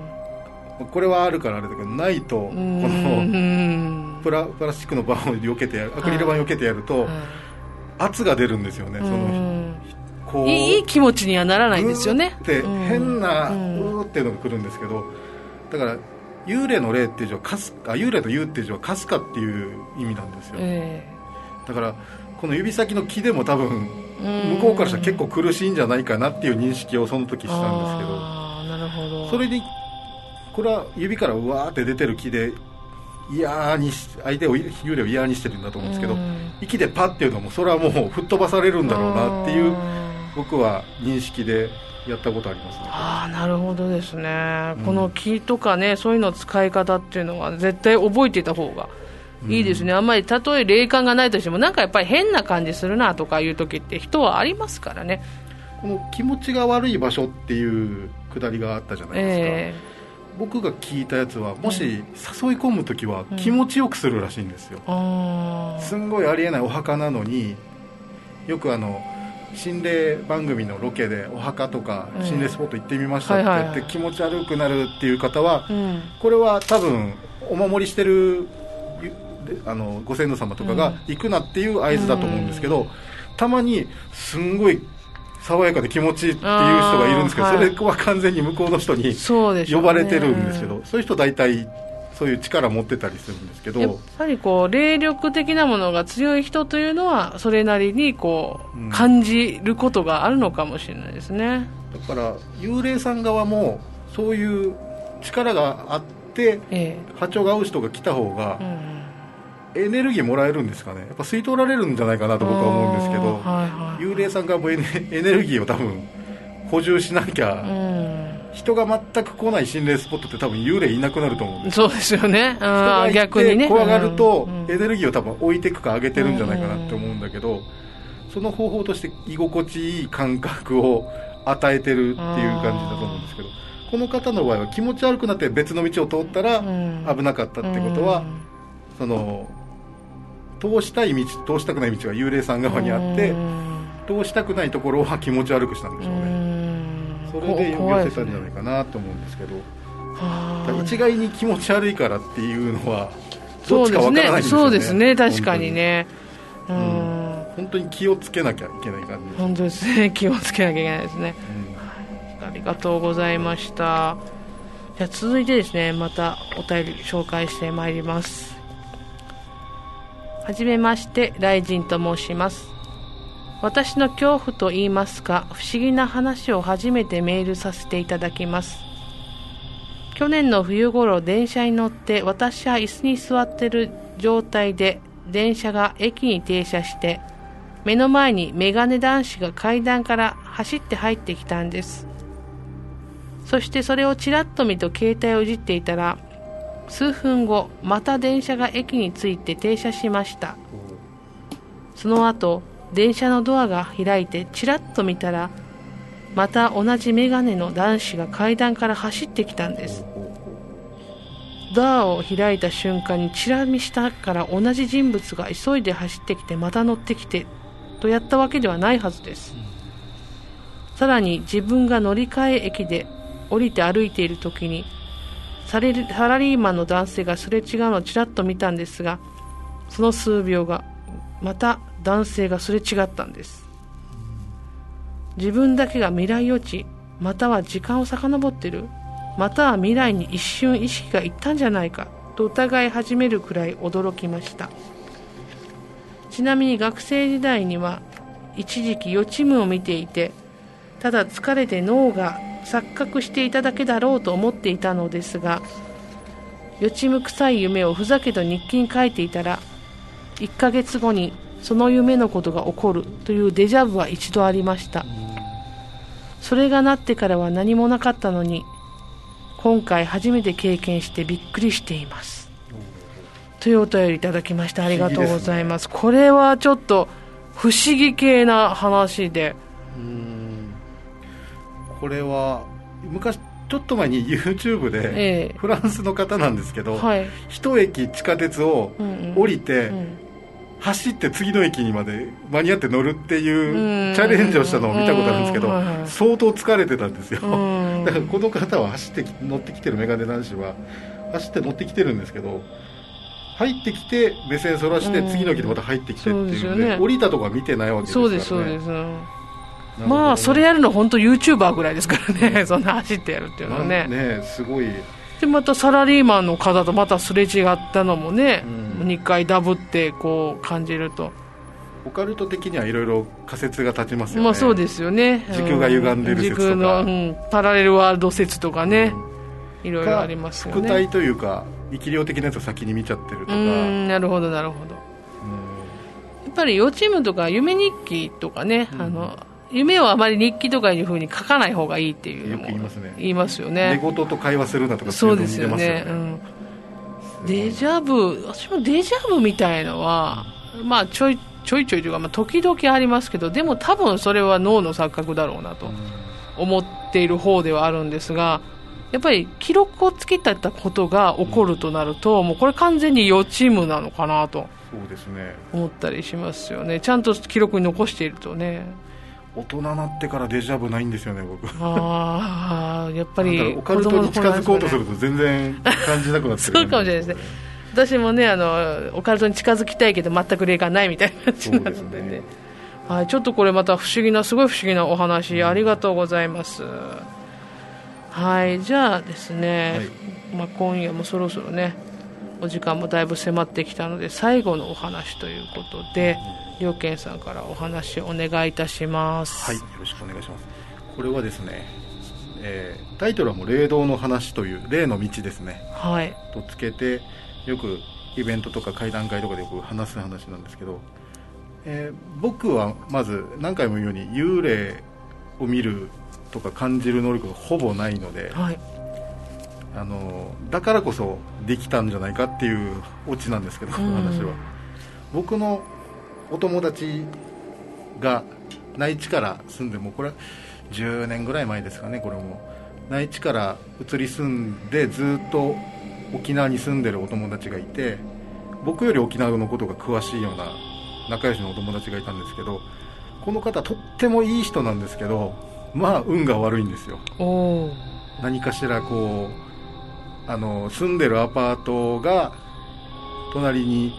Speaker 2: これはあるからあれだけどないと、このプラ、プラスチックの板を避けてアクリル板を避けてやると、はい、圧が出るんですよね、そのこう
Speaker 1: いい気持ちにはならないんですよね。
Speaker 2: うーって変な、うん、うーっていうのが来るんですけど、だから幽霊の霊っていう字はかすあ幽霊と幽っていう字はかすかっていう意味なんですよ、えー、だからこの指先の気でも多分向こうからしたら結構苦しいんじゃないかなっていう認識をその時したんですけど、
Speaker 1: あー、なるほど。
Speaker 2: それにこれは指からうわーって出てる気で嫌に相手を幽霊を嫌にしてるんだと思うんですけど、息でパッっていうのもそれはもう吹っ飛ばされるんだろうなっていう僕は認識でやったことありますね。
Speaker 1: ああ、なるほどですね、うん、この気とかね、そういうの使い方っていうのは絶対覚えていた方がいいですね、うん、あんまりたとえ霊感がないとしてもなんかやっぱり変な感じするなとかいう時って人はありますからね。
Speaker 2: この気持ちが悪い場所っていうくだりがあったじゃないですか、えー、僕が聞いたやつはもし誘い込む時は気持ちよくするらしいんですよ、うん、すんごいありえないお墓なのによくあの心霊番組のロケでお墓とか心霊スポット行ってみましたって言って気持ち悪くなるっていう方は、これは多分お守りしてるあのご先祖様とかが行くなっていう合図だと思うんですけど、たまにすんごい爽やかで気持ちいいっていう人がいるんですけど、それは完全に向こうの人に呼ばれてるんですけど、そういう人大体そういう力持ってたりするんですけど、
Speaker 1: やっぱりこう霊力的なものが強い人というのはそれなりにこう、うん、感じることがあるのかもしれないですね。
Speaker 2: だから幽霊さん側もそういう力があって、ええ、波長が合う人が来た方が、うん、エネルギーもらえるんですかね。やっぱ吸い取られるんじゃないかなと僕は思うんですけど、はいはい、幽霊さん側もエネ、エネルギーを多分補充しなきゃ、うん、人が全く来ない心霊スポットって多分幽霊いなくなると思うんですよ。
Speaker 1: そうですよね。あ
Speaker 2: 人がいて怖がるとエネルギーを多分置いていくか上げてるんじゃないかなって思うんだけど、その方法として居心地いい感覚を与えてるっていう感じだと思うんですけど、この方の場合は気持ち悪くなって別の道を通ったら危なかったってことは、その通したい道通したくない道が幽霊さん側にあって、通したくないところは気持ち悪くしたんでしょうね。それで呼び寄せたんじゃないかなと思うんですけど、一概に気持ち悪いからっていうのはどっちかわからないんですよね。
Speaker 1: そうですね、確かにね。うん、
Speaker 2: 本当に気をつけなきゃいけない感じです。
Speaker 1: 本当ですね、気をつけなきゃいけないですね、うん、ありがとうございました。じゃあ続いてですね、またお便り紹介してまいります。はじめまして、雷神と申します。私の恐怖と言いますか、不思議な話を初めてメールさせていただきます。去年の冬頃、電車に乗って私は椅子に座っている状態で電車が駅に停車して、目の前にメガネ男子が階段から走って入ってきたんです。そしてそれをちらっと見と携帯をいじっていたら、数分後また電車が駅に着いて停車しました。その後電車のドアが開いてちらっと見たら、また同じメガネの男子が階段から走ってきたんです。ドアを開いた瞬間にチラ見したから同じ人物が急いで走ってきてまた乗ってきてとやったわけではないはずです。さらに自分が乗り換え駅で降りて歩いている時にサラリーマンの男性がすれ違うのをちらっと見たんですが、その数秒がまた男性がすれ違ったんです。自分だけが未来予知、または時間を遡っている、または未来に一瞬意識がいったんじゃないかと疑い始めるくらい驚きました。ちなみに学生時代には一時期予知夢を見ていて、ただ疲れて脳が錯覚していただけだろうと思っていたのですが、予知夢臭い夢をふざけと日記に書いていたら、いっかげつごにその夢のことが起こるというデジャブは一度ありました。それがなってからは何もなかったのに、今回初めて経験してびっくりしていますというお便りいただきました。ありがとうございます。これはちょっと不思議系な話で、
Speaker 2: うーんこれは昔ちょっと前に YouTube で、ええ、フランスの方なんですけど、はい、一駅地下鉄を降りて、うんうん、走って次の駅にまで間に合って乗るっていうチャレンジをしたのを見たことあるんですけど、相当疲れてたんですよ。だからこの方は走って乗ってきてるメガネ男子は走って乗ってきてるんですけど、入ってきて目線そらして次の駅でまた入ってきてっていうので、降りたとこは見てないわけですからね。そうですそうです、
Speaker 1: ね、まあそれやるの本当 YouTuber ぐらいですからね、そんな走ってやるっていうのはね。
Speaker 2: ね、すごい。
Speaker 1: でまたサラリーマンの方とまたすれ違ったのもね、うん、にかいダブってこう感じると、
Speaker 2: オカルト的にはいろいろ仮説が立ちますよね。
Speaker 1: まあそうですよね。
Speaker 2: 時空が歪んでる説とか、時空の、
Speaker 1: うん、パラレルワールド説とかね、いろいろありますよね。
Speaker 2: 副体というか生き量的なやつを先に見ちゃってるとか。う
Speaker 1: ん、なるほどなるほど。うん、やっぱり予知夢とか夢日記とかね、うん、あの夢をあまり日記とかいう風に書かない方がいいっていうのもよく言いますね。言いますよね。
Speaker 2: 寝言と会話するなとか
Speaker 1: そうですよね。うん、デジャブ、私もデジャブみたいのは、まあちょいちょいちょいというか、まあ、時々ありますけど、でも多分それは脳の錯覚だろうなと思っている方ではあるんですが、やっぱり記録をつけてたことが起こるとなると、うん、もうこれ完全に予知夢なのかなと思ったりしますよね。ちゃんと記録に残しているとね。
Speaker 2: 大人になってからデジャブないんですよね、僕。
Speaker 1: ああ、やっぱり
Speaker 2: オカルトに近づこうとすると全然感じなくなってる、ね、
Speaker 1: そうかもしれないですね。私もね、あのオカルトに近づきたいけど全く霊感ないみたいな感じなので ね, でね、はい、ちょっとこれまた不思議なすごい不思議なお話ありがとうございます。はい、じゃあですね、はい、まあ、今夜もそろそろねお時間もだいぶ迫ってきたので最後のお話ということで、良健さんからお話をお願いいたします。
Speaker 2: はい、よろしくお願いします。これはですね、えー、タイトルはもう霊道の話という霊の道ですね、はい、とつけてよくイベントとか会談会とかでよく話す話なんですけど、えー、僕はまず何回も言うように幽霊を見るとか感じる能力がほぼないので、はい、あのだからこそできたんじゃないかっていうオチなんですけど、この話は僕のお友達が内地から住んで、もうこれはじゅうねんぐらい前ですかね、これも内地から移り住んでずっと沖縄に住んでるお友達がいて、僕より沖縄のことが詳しいような仲良しのお友達がいたんですけど、この方とってもいい人なんですけど、まあ運が悪いんですよ。お何かしらこうあの住んでるアパートが隣に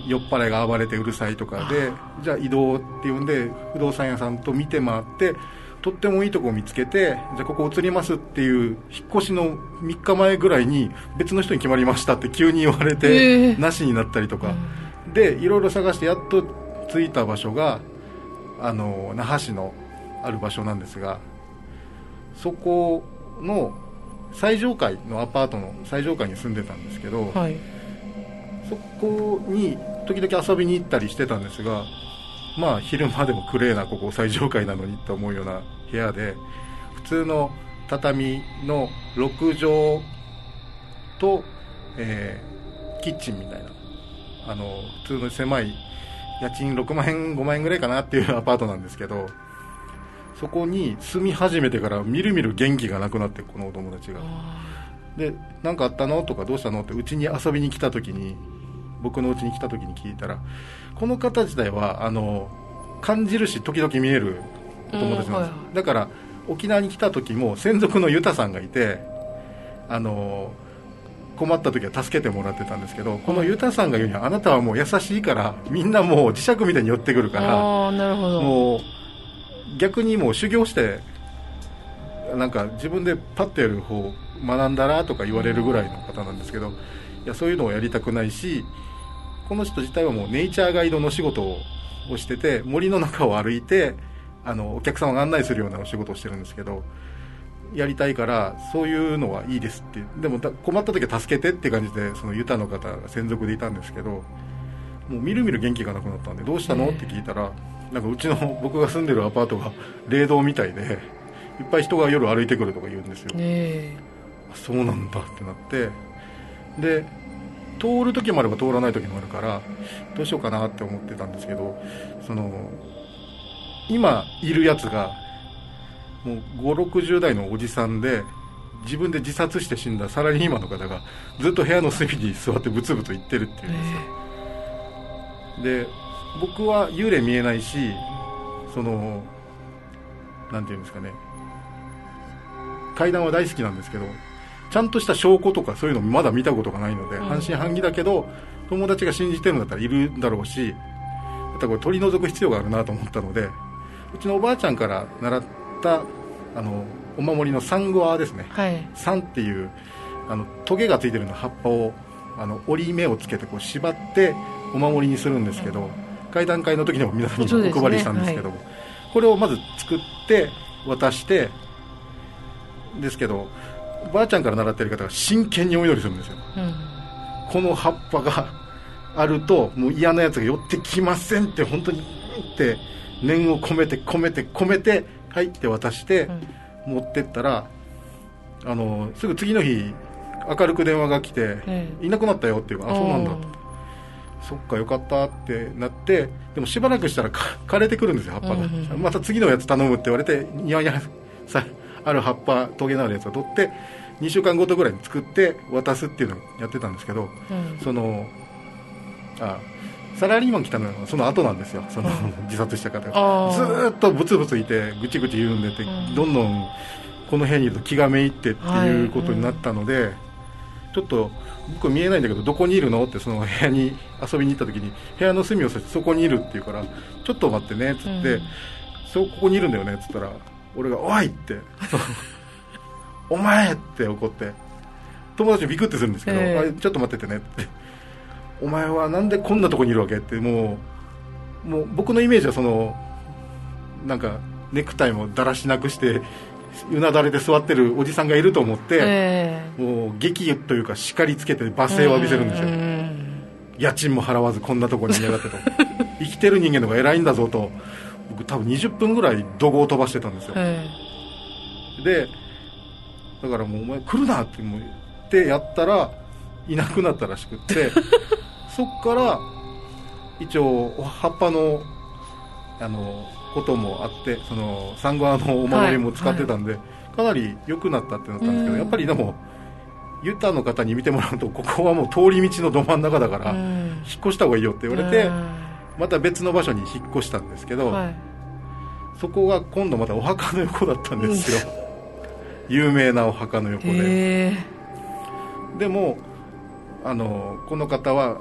Speaker 2: 酔っ払いが暴れてうるさいとかで、じゃあ移動っていうんで不動産屋さんと見て回ってとってもいいとこを見つけて、じゃあここ移りますっていう引っ越しのみっかまえぐらいに別の人に決まりましたって急に言われて、えー、なしになったりとか、うん、でいろいろ探してやっと着いた場所があの那覇市のある場所なんですが、そこの最上階のアパートの最上階に住んでたんですけど、はい、そこに時々遊びに行ったりしてたんですが、まあ昼間でもクレーなここ最上階なのにと思うような部屋で、普通の畳のろくじょうと、えー、キッチンみたいな、あの普通の狭い家賃ろくまんえんごまんえんぐらいかなっていうアパートなんですけど、そこに住み始めてからみるみる元気がなくなって、このお友達がで、何かあったのとかどうしたのってうちに遊びに来た時に、僕のうちに来た時に聞いたら、この方自体はあの感じるし時々見えるお友達なんです、はいはい、だから沖縄に来た時も専属のユタさんがいて、あの困った時は助けてもらってたんですけど、このユタさんが言うには、あなたはもう優しいからみんなもう磁石みたいに寄ってくるから、
Speaker 1: あ、なるほど、
Speaker 2: もう逆にもう修行してなんか自分でパッとやる方を学んだらとか言われるぐらいの方なんですけど、いやそういうのをやりたくないし、この人自体はもうネイチャーガイドの仕事をしてて、森の中を歩いてあのお客様が案内するようなお仕事をしてるんですけど、やりたいからそういうのはいいですって、でも困った時は助けてって感じで、そのユタの方が専属でいたんですけど、もうみるみる元気がなくなったんで、どうしたのって聞いたら、なんかうちの僕が住んでるアパートが霊堂みたいで、いっぱい人が夜歩いてくるとか言うんですよ、えー、そうなんだってなって、で通る時もあれば通らない時もあるから、どうしようかなって思ってたんですけど、その今いるやつがもうごじゅうろくじゅう代のおじさんで、自分で自殺して死んだサラリーマンの方がずっと部屋の隅に座ってブツブツ言ってるっていうんですよ、えー、で僕は幽霊見えないし、そのなんていうんですかね、怪談は大好きなんですけど、ちゃんとした証拠とかそういうのまだ見たことがないので、うん、半信半疑だけど友達が信じてるんだったらいるんだろうし、またこれ取り除く必要があるなと思ったので、うちのおばあちゃんから習ったあのお守りのサンゴアですね、はい、サンっていうあのトゲがついてるの葉っぱをあの折り目をつけてこう縛ってお守りにするんですけど、うん、怪談会の時にも皆さんにお配りしたんですけども、ね、はい、これをまず作って渡してですけど、ばあちゃんから習っている方が真剣にお祈りするんですよ、うん、この葉っぱがあるともう嫌なやつが寄ってきませんって、本当にって念を込めて込めて込めてはいって渡して持ってったら、うん、あのすぐ次の日明るく電話が来て、うん、いなくなったよっていうか、あ、そうなんだと、そっかよかったってなって、でもしばらくしたら枯れてくるんですよ葉っぱが、うんうん、また次のやつ頼むって言われて、庭にさある葉っぱトゲのあるやつを取ってにしゅうかんごとぐらいに作って渡すっていうのをやってたんですけど、うん、そのあサラリーマン来たのはその後なんですよ、その、うん、自殺した方がずーっとブツブツいてぐちぐち言うんでて、うん、どんどんこの部屋にいると気がめいってっていうことになったので、はい、うん、ちょっと僕見えないんだけどどこにいるのってその部屋に遊びに行った時に部屋の隅を指してそこにいるって言うから、ちょっと待ってねっつって、うん、そうここにいるんだよねっつったら、俺がおいってお前って怒って、友達にビクってするんですけど、えー、ちょっと待っててねってお前はなんでこんなとこにいるわけって、もうもう僕のイメージはそのなんかネクタイもだらしなくしてうなだれで座ってるおじさんがいると思って、えー、もう劇というか叱りつけて罵声を浴びせるんですよ、家賃も払わずこんなとこにいやがってと生きてる人間の方が偉いんだぞと、僕多分にじゅっぷんぐらい怒号を飛ばしてたんですよ、えー、でだからもうお前来るなって言ってやったらいなくなったらしくってそっから一応葉っぱのあのこともあって、そのサンゴアのお守りも使ってたんで、はいはい、かなり良くなったってなったんですけど、やっぱりでもユタの方に見てもらうと、ここはもう通り道のど真ん中だから引っ越した方がいいよって言われて、また別の場所に引っ越したんですけど、はい、そこが今度またお墓の横だったんですよ、うん、有名なお墓の横で。でもあのこの方はち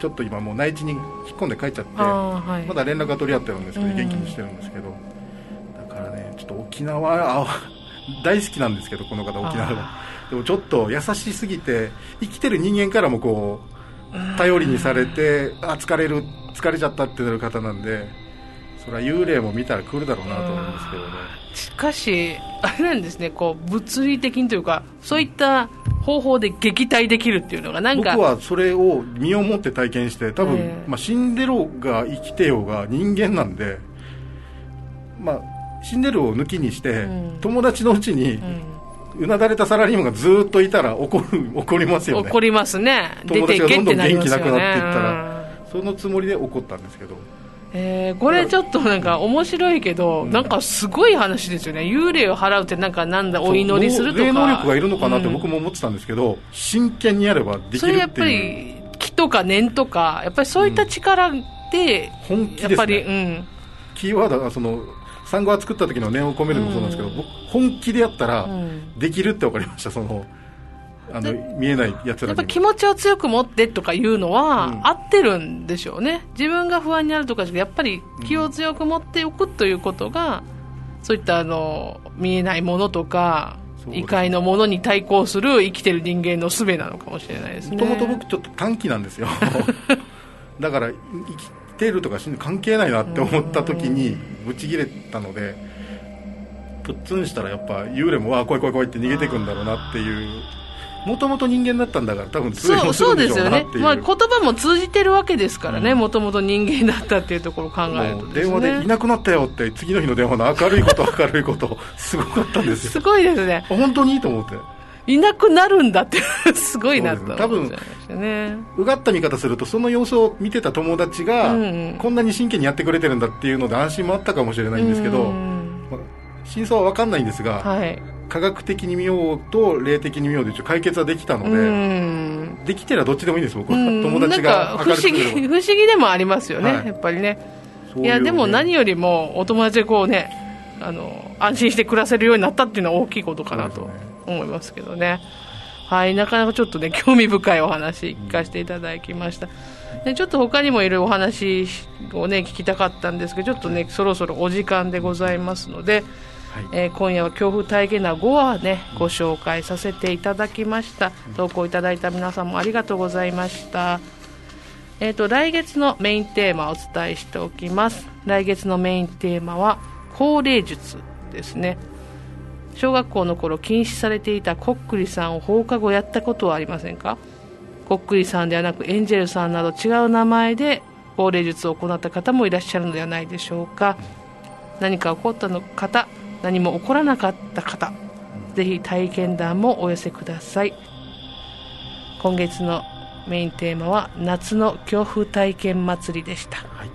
Speaker 2: ちょっと今もう内地に引っ込んで帰っちゃって、
Speaker 1: はい、
Speaker 2: まだ連絡が取り合ってるんですけど、元気にしてるんですけど、だからねちょっと沖縄あ大好きなんですけど、この方沖縄がでもちょっと優しすぎて、生きてる人間からもこう頼りにされて、あ疲れる疲れちゃったってなる方なんで、それは幽霊も見たら来るだろうなと思うんですけどね。
Speaker 1: しかしあれなんですね、こう物理的にというかそういった方法で撃退できるっていうのがなんか、
Speaker 2: 僕はそれを身をもって体験して、多分、えーまあ、死んでろうが生きてようが人間なんで、まあ、死んでるを抜きにして、うん、友達のうちに、うん、うなだれたサラリーマンがずっといたら怒る怒りますよね。
Speaker 1: 怒りますね。
Speaker 2: 友達がどんどん元気なくなっていったら、うん、そのつもりで怒ったんですけど、
Speaker 1: えー、これちょっとなんか面白いけど、うん、なんかすごい話ですよね。幽霊を払うってなんかなんだお祈りするとか
Speaker 2: 霊能力がいるのかなって僕も思ってたんですけど、うん、真剣にやればできるっていう。それ
Speaker 1: やっぱり気とか念とかやっぱりそういった力で、
Speaker 2: うん、本気ですね。
Speaker 1: やっぱり、うん、
Speaker 2: キーワードはその産後は作った時の念を込めるのもそうなんですけど、うん、僕本気でやったらできるって分かりました。そのあの見えないやつらに
Speaker 1: やっぱ気持ちを強く持ってとかいうのは、うん、合ってるんでしょうね。自分が不安になるとかやっぱり気を強く持っておくということが、うん、そういったあの見えないものとか異界のものに対抗する生きてる人間の術なのかもしれないですね。
Speaker 2: もともと僕ちょっと短気なんですよだから生きてるとか死ぬ関係ないなって思った時にブチ切れたので、プッツンしたらやっぱ幽霊もわー怖い怖い怖いって逃げていくんだろうなっていう。もともと人間だったんだから多分通用するんでしょうなっていう。そうですよね、まあ、言葉も通じてるわけですからね、もともと人間だったっていうところを考えるとですね。電話でいなくなったよって次の日の電話の明るいこと明るいことすごかったんですよ。
Speaker 1: すごいですね。
Speaker 2: 本当にいいと思って
Speaker 1: いなくなるんだってすごいなと思っちゃいましたね。
Speaker 2: うがった見方するとその様子を見てた友達が、うん、こんなに真剣にやってくれてるんだっていうので安心もあったかもしれないんですけど、まあ、真相は分かんないんですが、はい、科学的に見ようと霊的に見ようで解決はできたので、うんできてらどっちでもいいんです僕は。友達が明るくする
Speaker 1: 不思議不思議でもありますよね、はい、やっぱりね。ううねいやでも何よりもお友達でこうねあの安心して暮らせるようになったっていうのは大きいことかなと思いますけどね。はい、なかなかちょっとね興味深いお話聞かせていただきました、うん、ちょっと他にもいろいろお話をね聞きたかったんですけど、ちょっとねそろそろお時間でございますので、はいえー、今夜は恐怖体験談ごわねご紹介させていただきました。投稿いただいた皆さんもありがとうございました。えーと、来月のメインテーマをお伝えしておきます。来月のメインテーマは降霊術ですね。小学校の頃禁止されていたこっくりさんを放課後やったことはありませんか？こっくりさんではなくエンジェルさんなど違う名前で降霊術を行った方もいらっしゃるのではないでしょうか。何か起こったの方、何も起こらなかった方、ぜひ体験談もお寄せください。今月のメインテーマは夏の恐怖体験祭りでした。はい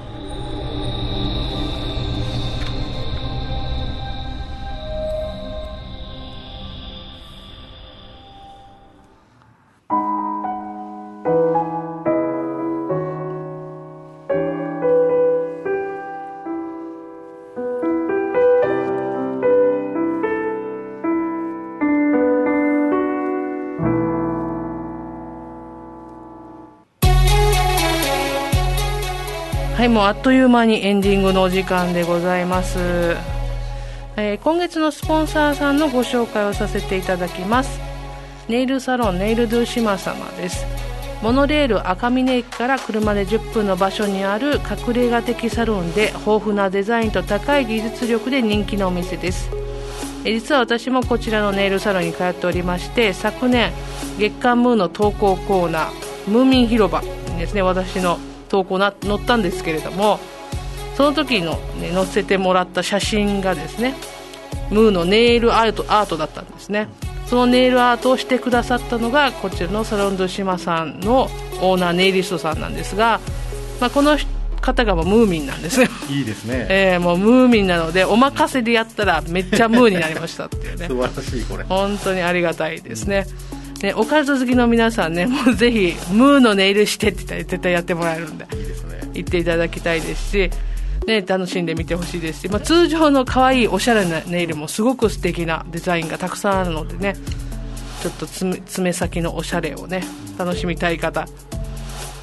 Speaker 1: はい、もうあっという間にエンディングのお時間でございます、えー、今月のスポンサーさんのご紹介をさせていただきます。ネイルサロンネイルドゥシマ様です。モノレール赤峰駅から車でじゅっぷんの場所にある隠れ家的サロンで、豊富なデザインと高い技術力で人気のお店です。えー、実は私もこちらのネイルサロンに通っておりまして、昨年月刊ムーの投稿コーナームーミン広場にですね私の投稿な載ったんですけれども、その時の、ね、載せてもらった写真がですねムーのネイルアート、アートだったんですね。そのネイルアートをしてくださったのがこちらのサロンドゥシマさんのオーナーネイリストさんなんですが、まあ、この方がもうムーミンなんですよ。
Speaker 2: いいですね、
Speaker 1: えー、もうムーミンなのでお任せでやったらめっちゃムーになりましたっていうね
Speaker 2: 素晴らしい。これ
Speaker 1: 本当にありがたいですね、うんね、オカルト好きの皆さんね、もうぜひムーのネイルしてって言ったら絶対やってもらえるんで、いいですね、言っていただきたいですし、ね、楽しんでみてほしいですし、まあ、通常の可愛いおしゃれなネイルもすごく素敵なデザインがたくさんあるのでね、ちょっと爪、爪先のおしゃれをね楽しみたい方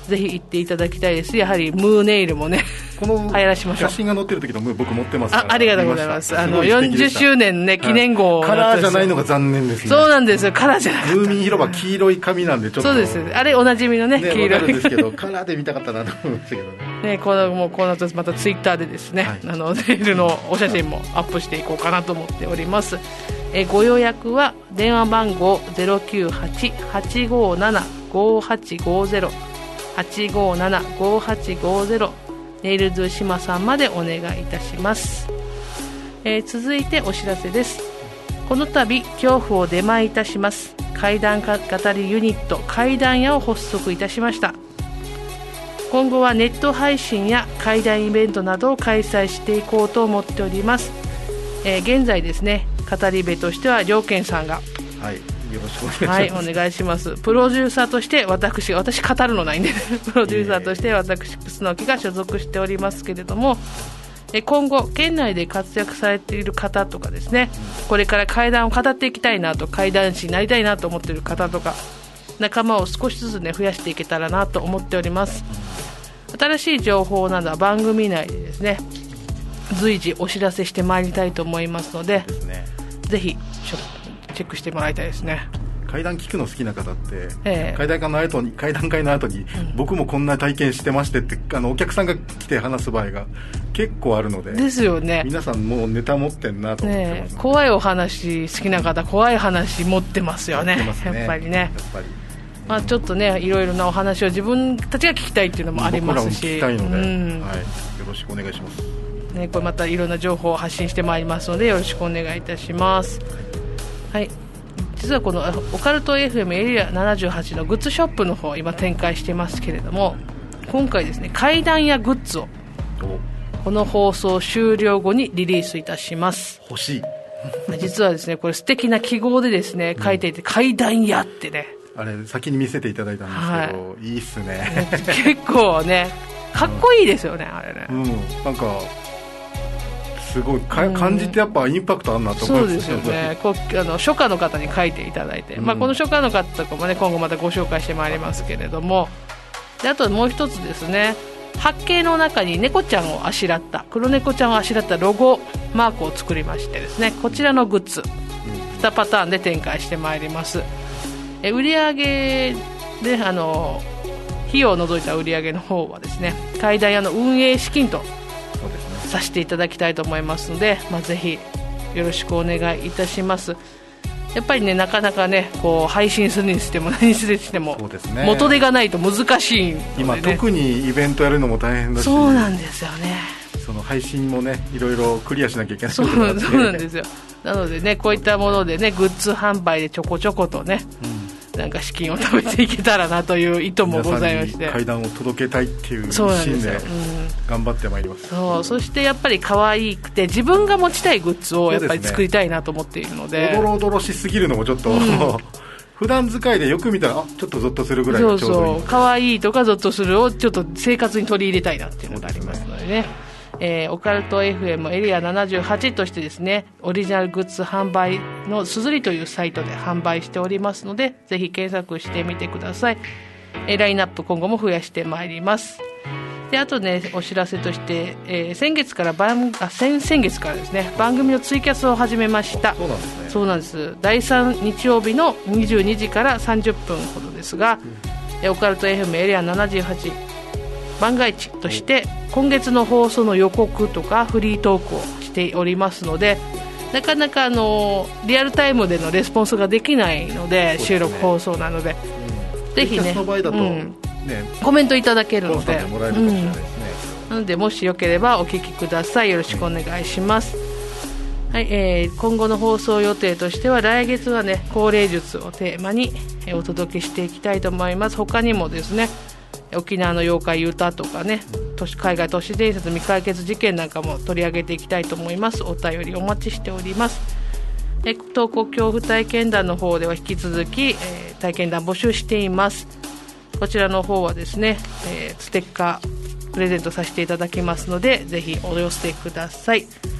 Speaker 1: ぜひ行っていただきたいです。やはりムーネイルもね
Speaker 2: この
Speaker 1: 流行らしましょう。
Speaker 2: 写真が載ってる時のムー僕持ってますから。
Speaker 1: あ, ありがとうございます。あのよんじゅっしゅうねんね、記念号、
Speaker 2: はい、カラーじゃないのが残念ですね。
Speaker 1: そうなんですよ、カラーじゃない。
Speaker 2: ムーミン広場黄色い紙なんでちょっと
Speaker 1: そうです、あれおなじみの ね,
Speaker 2: ね
Speaker 1: 黄色い
Speaker 2: わかるんですけどカラーで見たかったなと思いましたけどね。
Speaker 1: ね、このもうこの後またツイッターでですね、はい、あのネイルのお写真もアップしていこうかなと思っております。えご予約は電話番号 ゼロきゅうはち はちごなな ごはちごゼロ はちごなな ごはちごゼロネイルズ島さんまでお願いいたします。えー、続いてお知らせです。この度恐怖を出前いたします怪談語りユニット怪談屋を発足いたしました。今後はネット配信や怪談イベントなどを開催していこうと思っております。えー、現在ですね、語り部としては良健さんが、
Speaker 2: はい、よろしくお願いします。
Speaker 1: はい、お願いします。プロデューサーとして私私語るのないんでプロデューサーとして私楠木が所属しておりますけれども、え今後県内で活躍されている方とかですね、これから怪談を語っていきたいなと、怪談師になりたいなと思っている方とか仲間を少しずつね増やしていけたらなと思っております。新しい情報などは番組内でですね随時お知らせしてまいりたいと思いますの で, です、ね、ぜひチェックしてもらいたいですね。
Speaker 2: 怪談聞くの好きな方って、
Speaker 1: ええ、
Speaker 2: 怪談会の後に怪談会の後に、うん、僕もこんな体験してましてってあのお客さんが来て話す場合が結構あるので
Speaker 1: ですよね。
Speaker 2: 皆さんもうネタ持ってんなと思ってます、
Speaker 1: ね、怖いお話好きな方怖い話持ってますよ ね, ますねやっぱりね。やっぱりまあ、ちょっとねいろいろなお話を自分たちが聞きたいっていうのもありますし、
Speaker 2: 僕らも聞きたいので、
Speaker 1: うん
Speaker 2: はい、よろしくお願いします、
Speaker 1: ね、これまたいろんな情報を発信してまいりますのでよろしくお願いいたします。はい、実はこのオカルト エフエム エリアななじゅうはちのグッズショップの方今展開してますけれども、今回ですね怪談やグッズをこの放送終了後にリリースいたします。
Speaker 2: 欲しい
Speaker 1: 実はですねこれ素敵な記号でですね書いていて、うん、怪談やってね
Speaker 2: あれ先に見せていただいたんですけど、はい、いいっすね
Speaker 1: 結構ねかっこいいですよね、うん、あれね、
Speaker 2: うん、なんかすごいか、うん、感じてやっぱインパクトあるなと思います。
Speaker 1: そうですよねこうあの初夏の方に書いていただいて、うんまあ、この初夏の方とかもね今後またご紹介してまいりますけれども、であともう一つですね、八景の中に猫ちゃんをあしらった黒猫ちゃんをあしらったロゴマークを作りましてですね、こちらのグッズにパターンで展開してまいります。え売上であの費用を除いた売上の方はですね怪談屋の運営資金とさせていただきたいと思いますので、まあ、ぜひよろしくお願いいたします。やっぱりねなかなかねこう配信するにしても何にしても
Speaker 2: そうですね、
Speaker 1: 元手がないと難しいので、ね、
Speaker 2: 今特にイベントやるのも大変だし、
Speaker 1: そうなんですよね、
Speaker 2: その配信もねいろいろクリアしなきゃいけない
Speaker 1: そうそうなんですよ。なのでねこういったものでねグッズ販売でちょこちょことね、うん、なんか資金を貯めていけたらなという意図もございまして、
Speaker 2: 怪談を届けたいっていう一心で頑張ってまいります。
Speaker 1: そう、そしてやっぱり可愛くて自分が持ちたいグッズをやっぱり作りたいなと思っているので、
Speaker 2: おどろおどろしすぎるのもちょっと、うん、普段使いでよく見たらあちょっとゾッとするぐらいがちょうどいい。
Speaker 1: そうそう可愛いとかゾッとするをちょっと生活に取り入れたいなっていうのがありますのでね、えー、オカルト エフエム エリアななじゅうはちとしてですねオリジナルグッズ販売のすずりというサイトで販売しておりますのでぜひ検索してみてください。えー、ラインナップ今後も増やしてまいります。であとねお知らせとして、えー、先月から番あ先々月からですね番組のツイキャスを始めました。
Speaker 2: そうなんですね。
Speaker 1: そうなんです。だいさん日曜日のにじゅうにじからさんじゅっぷんほどですが、うん、オカルト エフエム エリアななじゅうはち番外地として今月の放送の予告とかフリートークをしておりますので、なかなかあのリアルタイムでのレスポンスができないの で, で、ね、収録放送なので、うん、ぜひね、
Speaker 2: の場合だと、うん
Speaker 1: ねコメントいただけるので、
Speaker 2: もらえるかもしれないですね、
Speaker 1: うん、なのでもしよければお聞きください。よろしくお願いします、うんはいえー、今後の放送予定としては来月はね高齢術をテーマにお届けしていきたいと思います。他にもですね沖縄の妖怪歌とかね都市海外都市伝説未解決事件なんかも取り上げていきたいと思います。お便りお待ちしております。え東国恐怖体験談の方では引き続き、えー、体験談募集しています。こちらの方はですね、えー、ステッカープレゼントさせていただきますのでぜひお寄せください。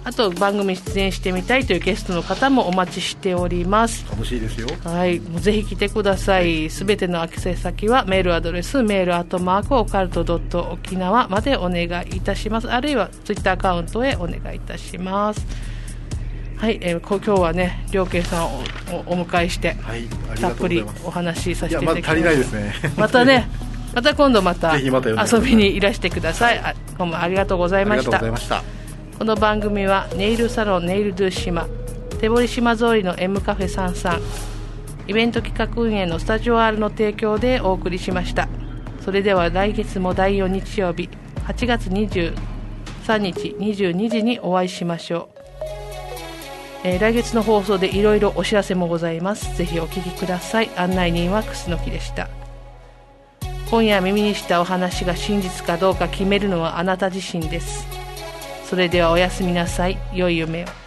Speaker 1: あと番組出演してみたいというゲストの方もお待ちしております。
Speaker 2: 楽しいですよ。
Speaker 1: はい、もうぜひ来てください。すべての宛先はメールアドレスメールアットマークオカルトドット沖縄までお願いいたします。あるいはツイッターアカウントへお願いいたします。はい、えー、今日はね良慶さんを お, お迎えして、
Speaker 2: はい、あり
Speaker 1: たっぷり
Speaker 2: がとうございます。
Speaker 1: お話しさせていただきます。
Speaker 2: いやまだ足りないですね。
Speaker 1: またねまた今度また
Speaker 2: ぜひまた呼んでください。
Speaker 1: 遊びにいらしてください。あどうもありがとうございました。
Speaker 2: ありがとうございました。
Speaker 1: この番組はネイルサロンネイルドゥ島、手堀島通りの M カフェさんさん、イベント企画運営のスタジオ R の提供でお送りしました。それでは来月もだいよん日曜日はちがつにじゅうさんにちにじゅうにじにお会いしましょう。えー、来月の放送でいろいろお知らせもございます。ぜひお聞きください。案内人は楠木でした。今夜耳にしたお話が真実かどうか決めるのはあなた自身です。それではおやすみなさい。良い夢を。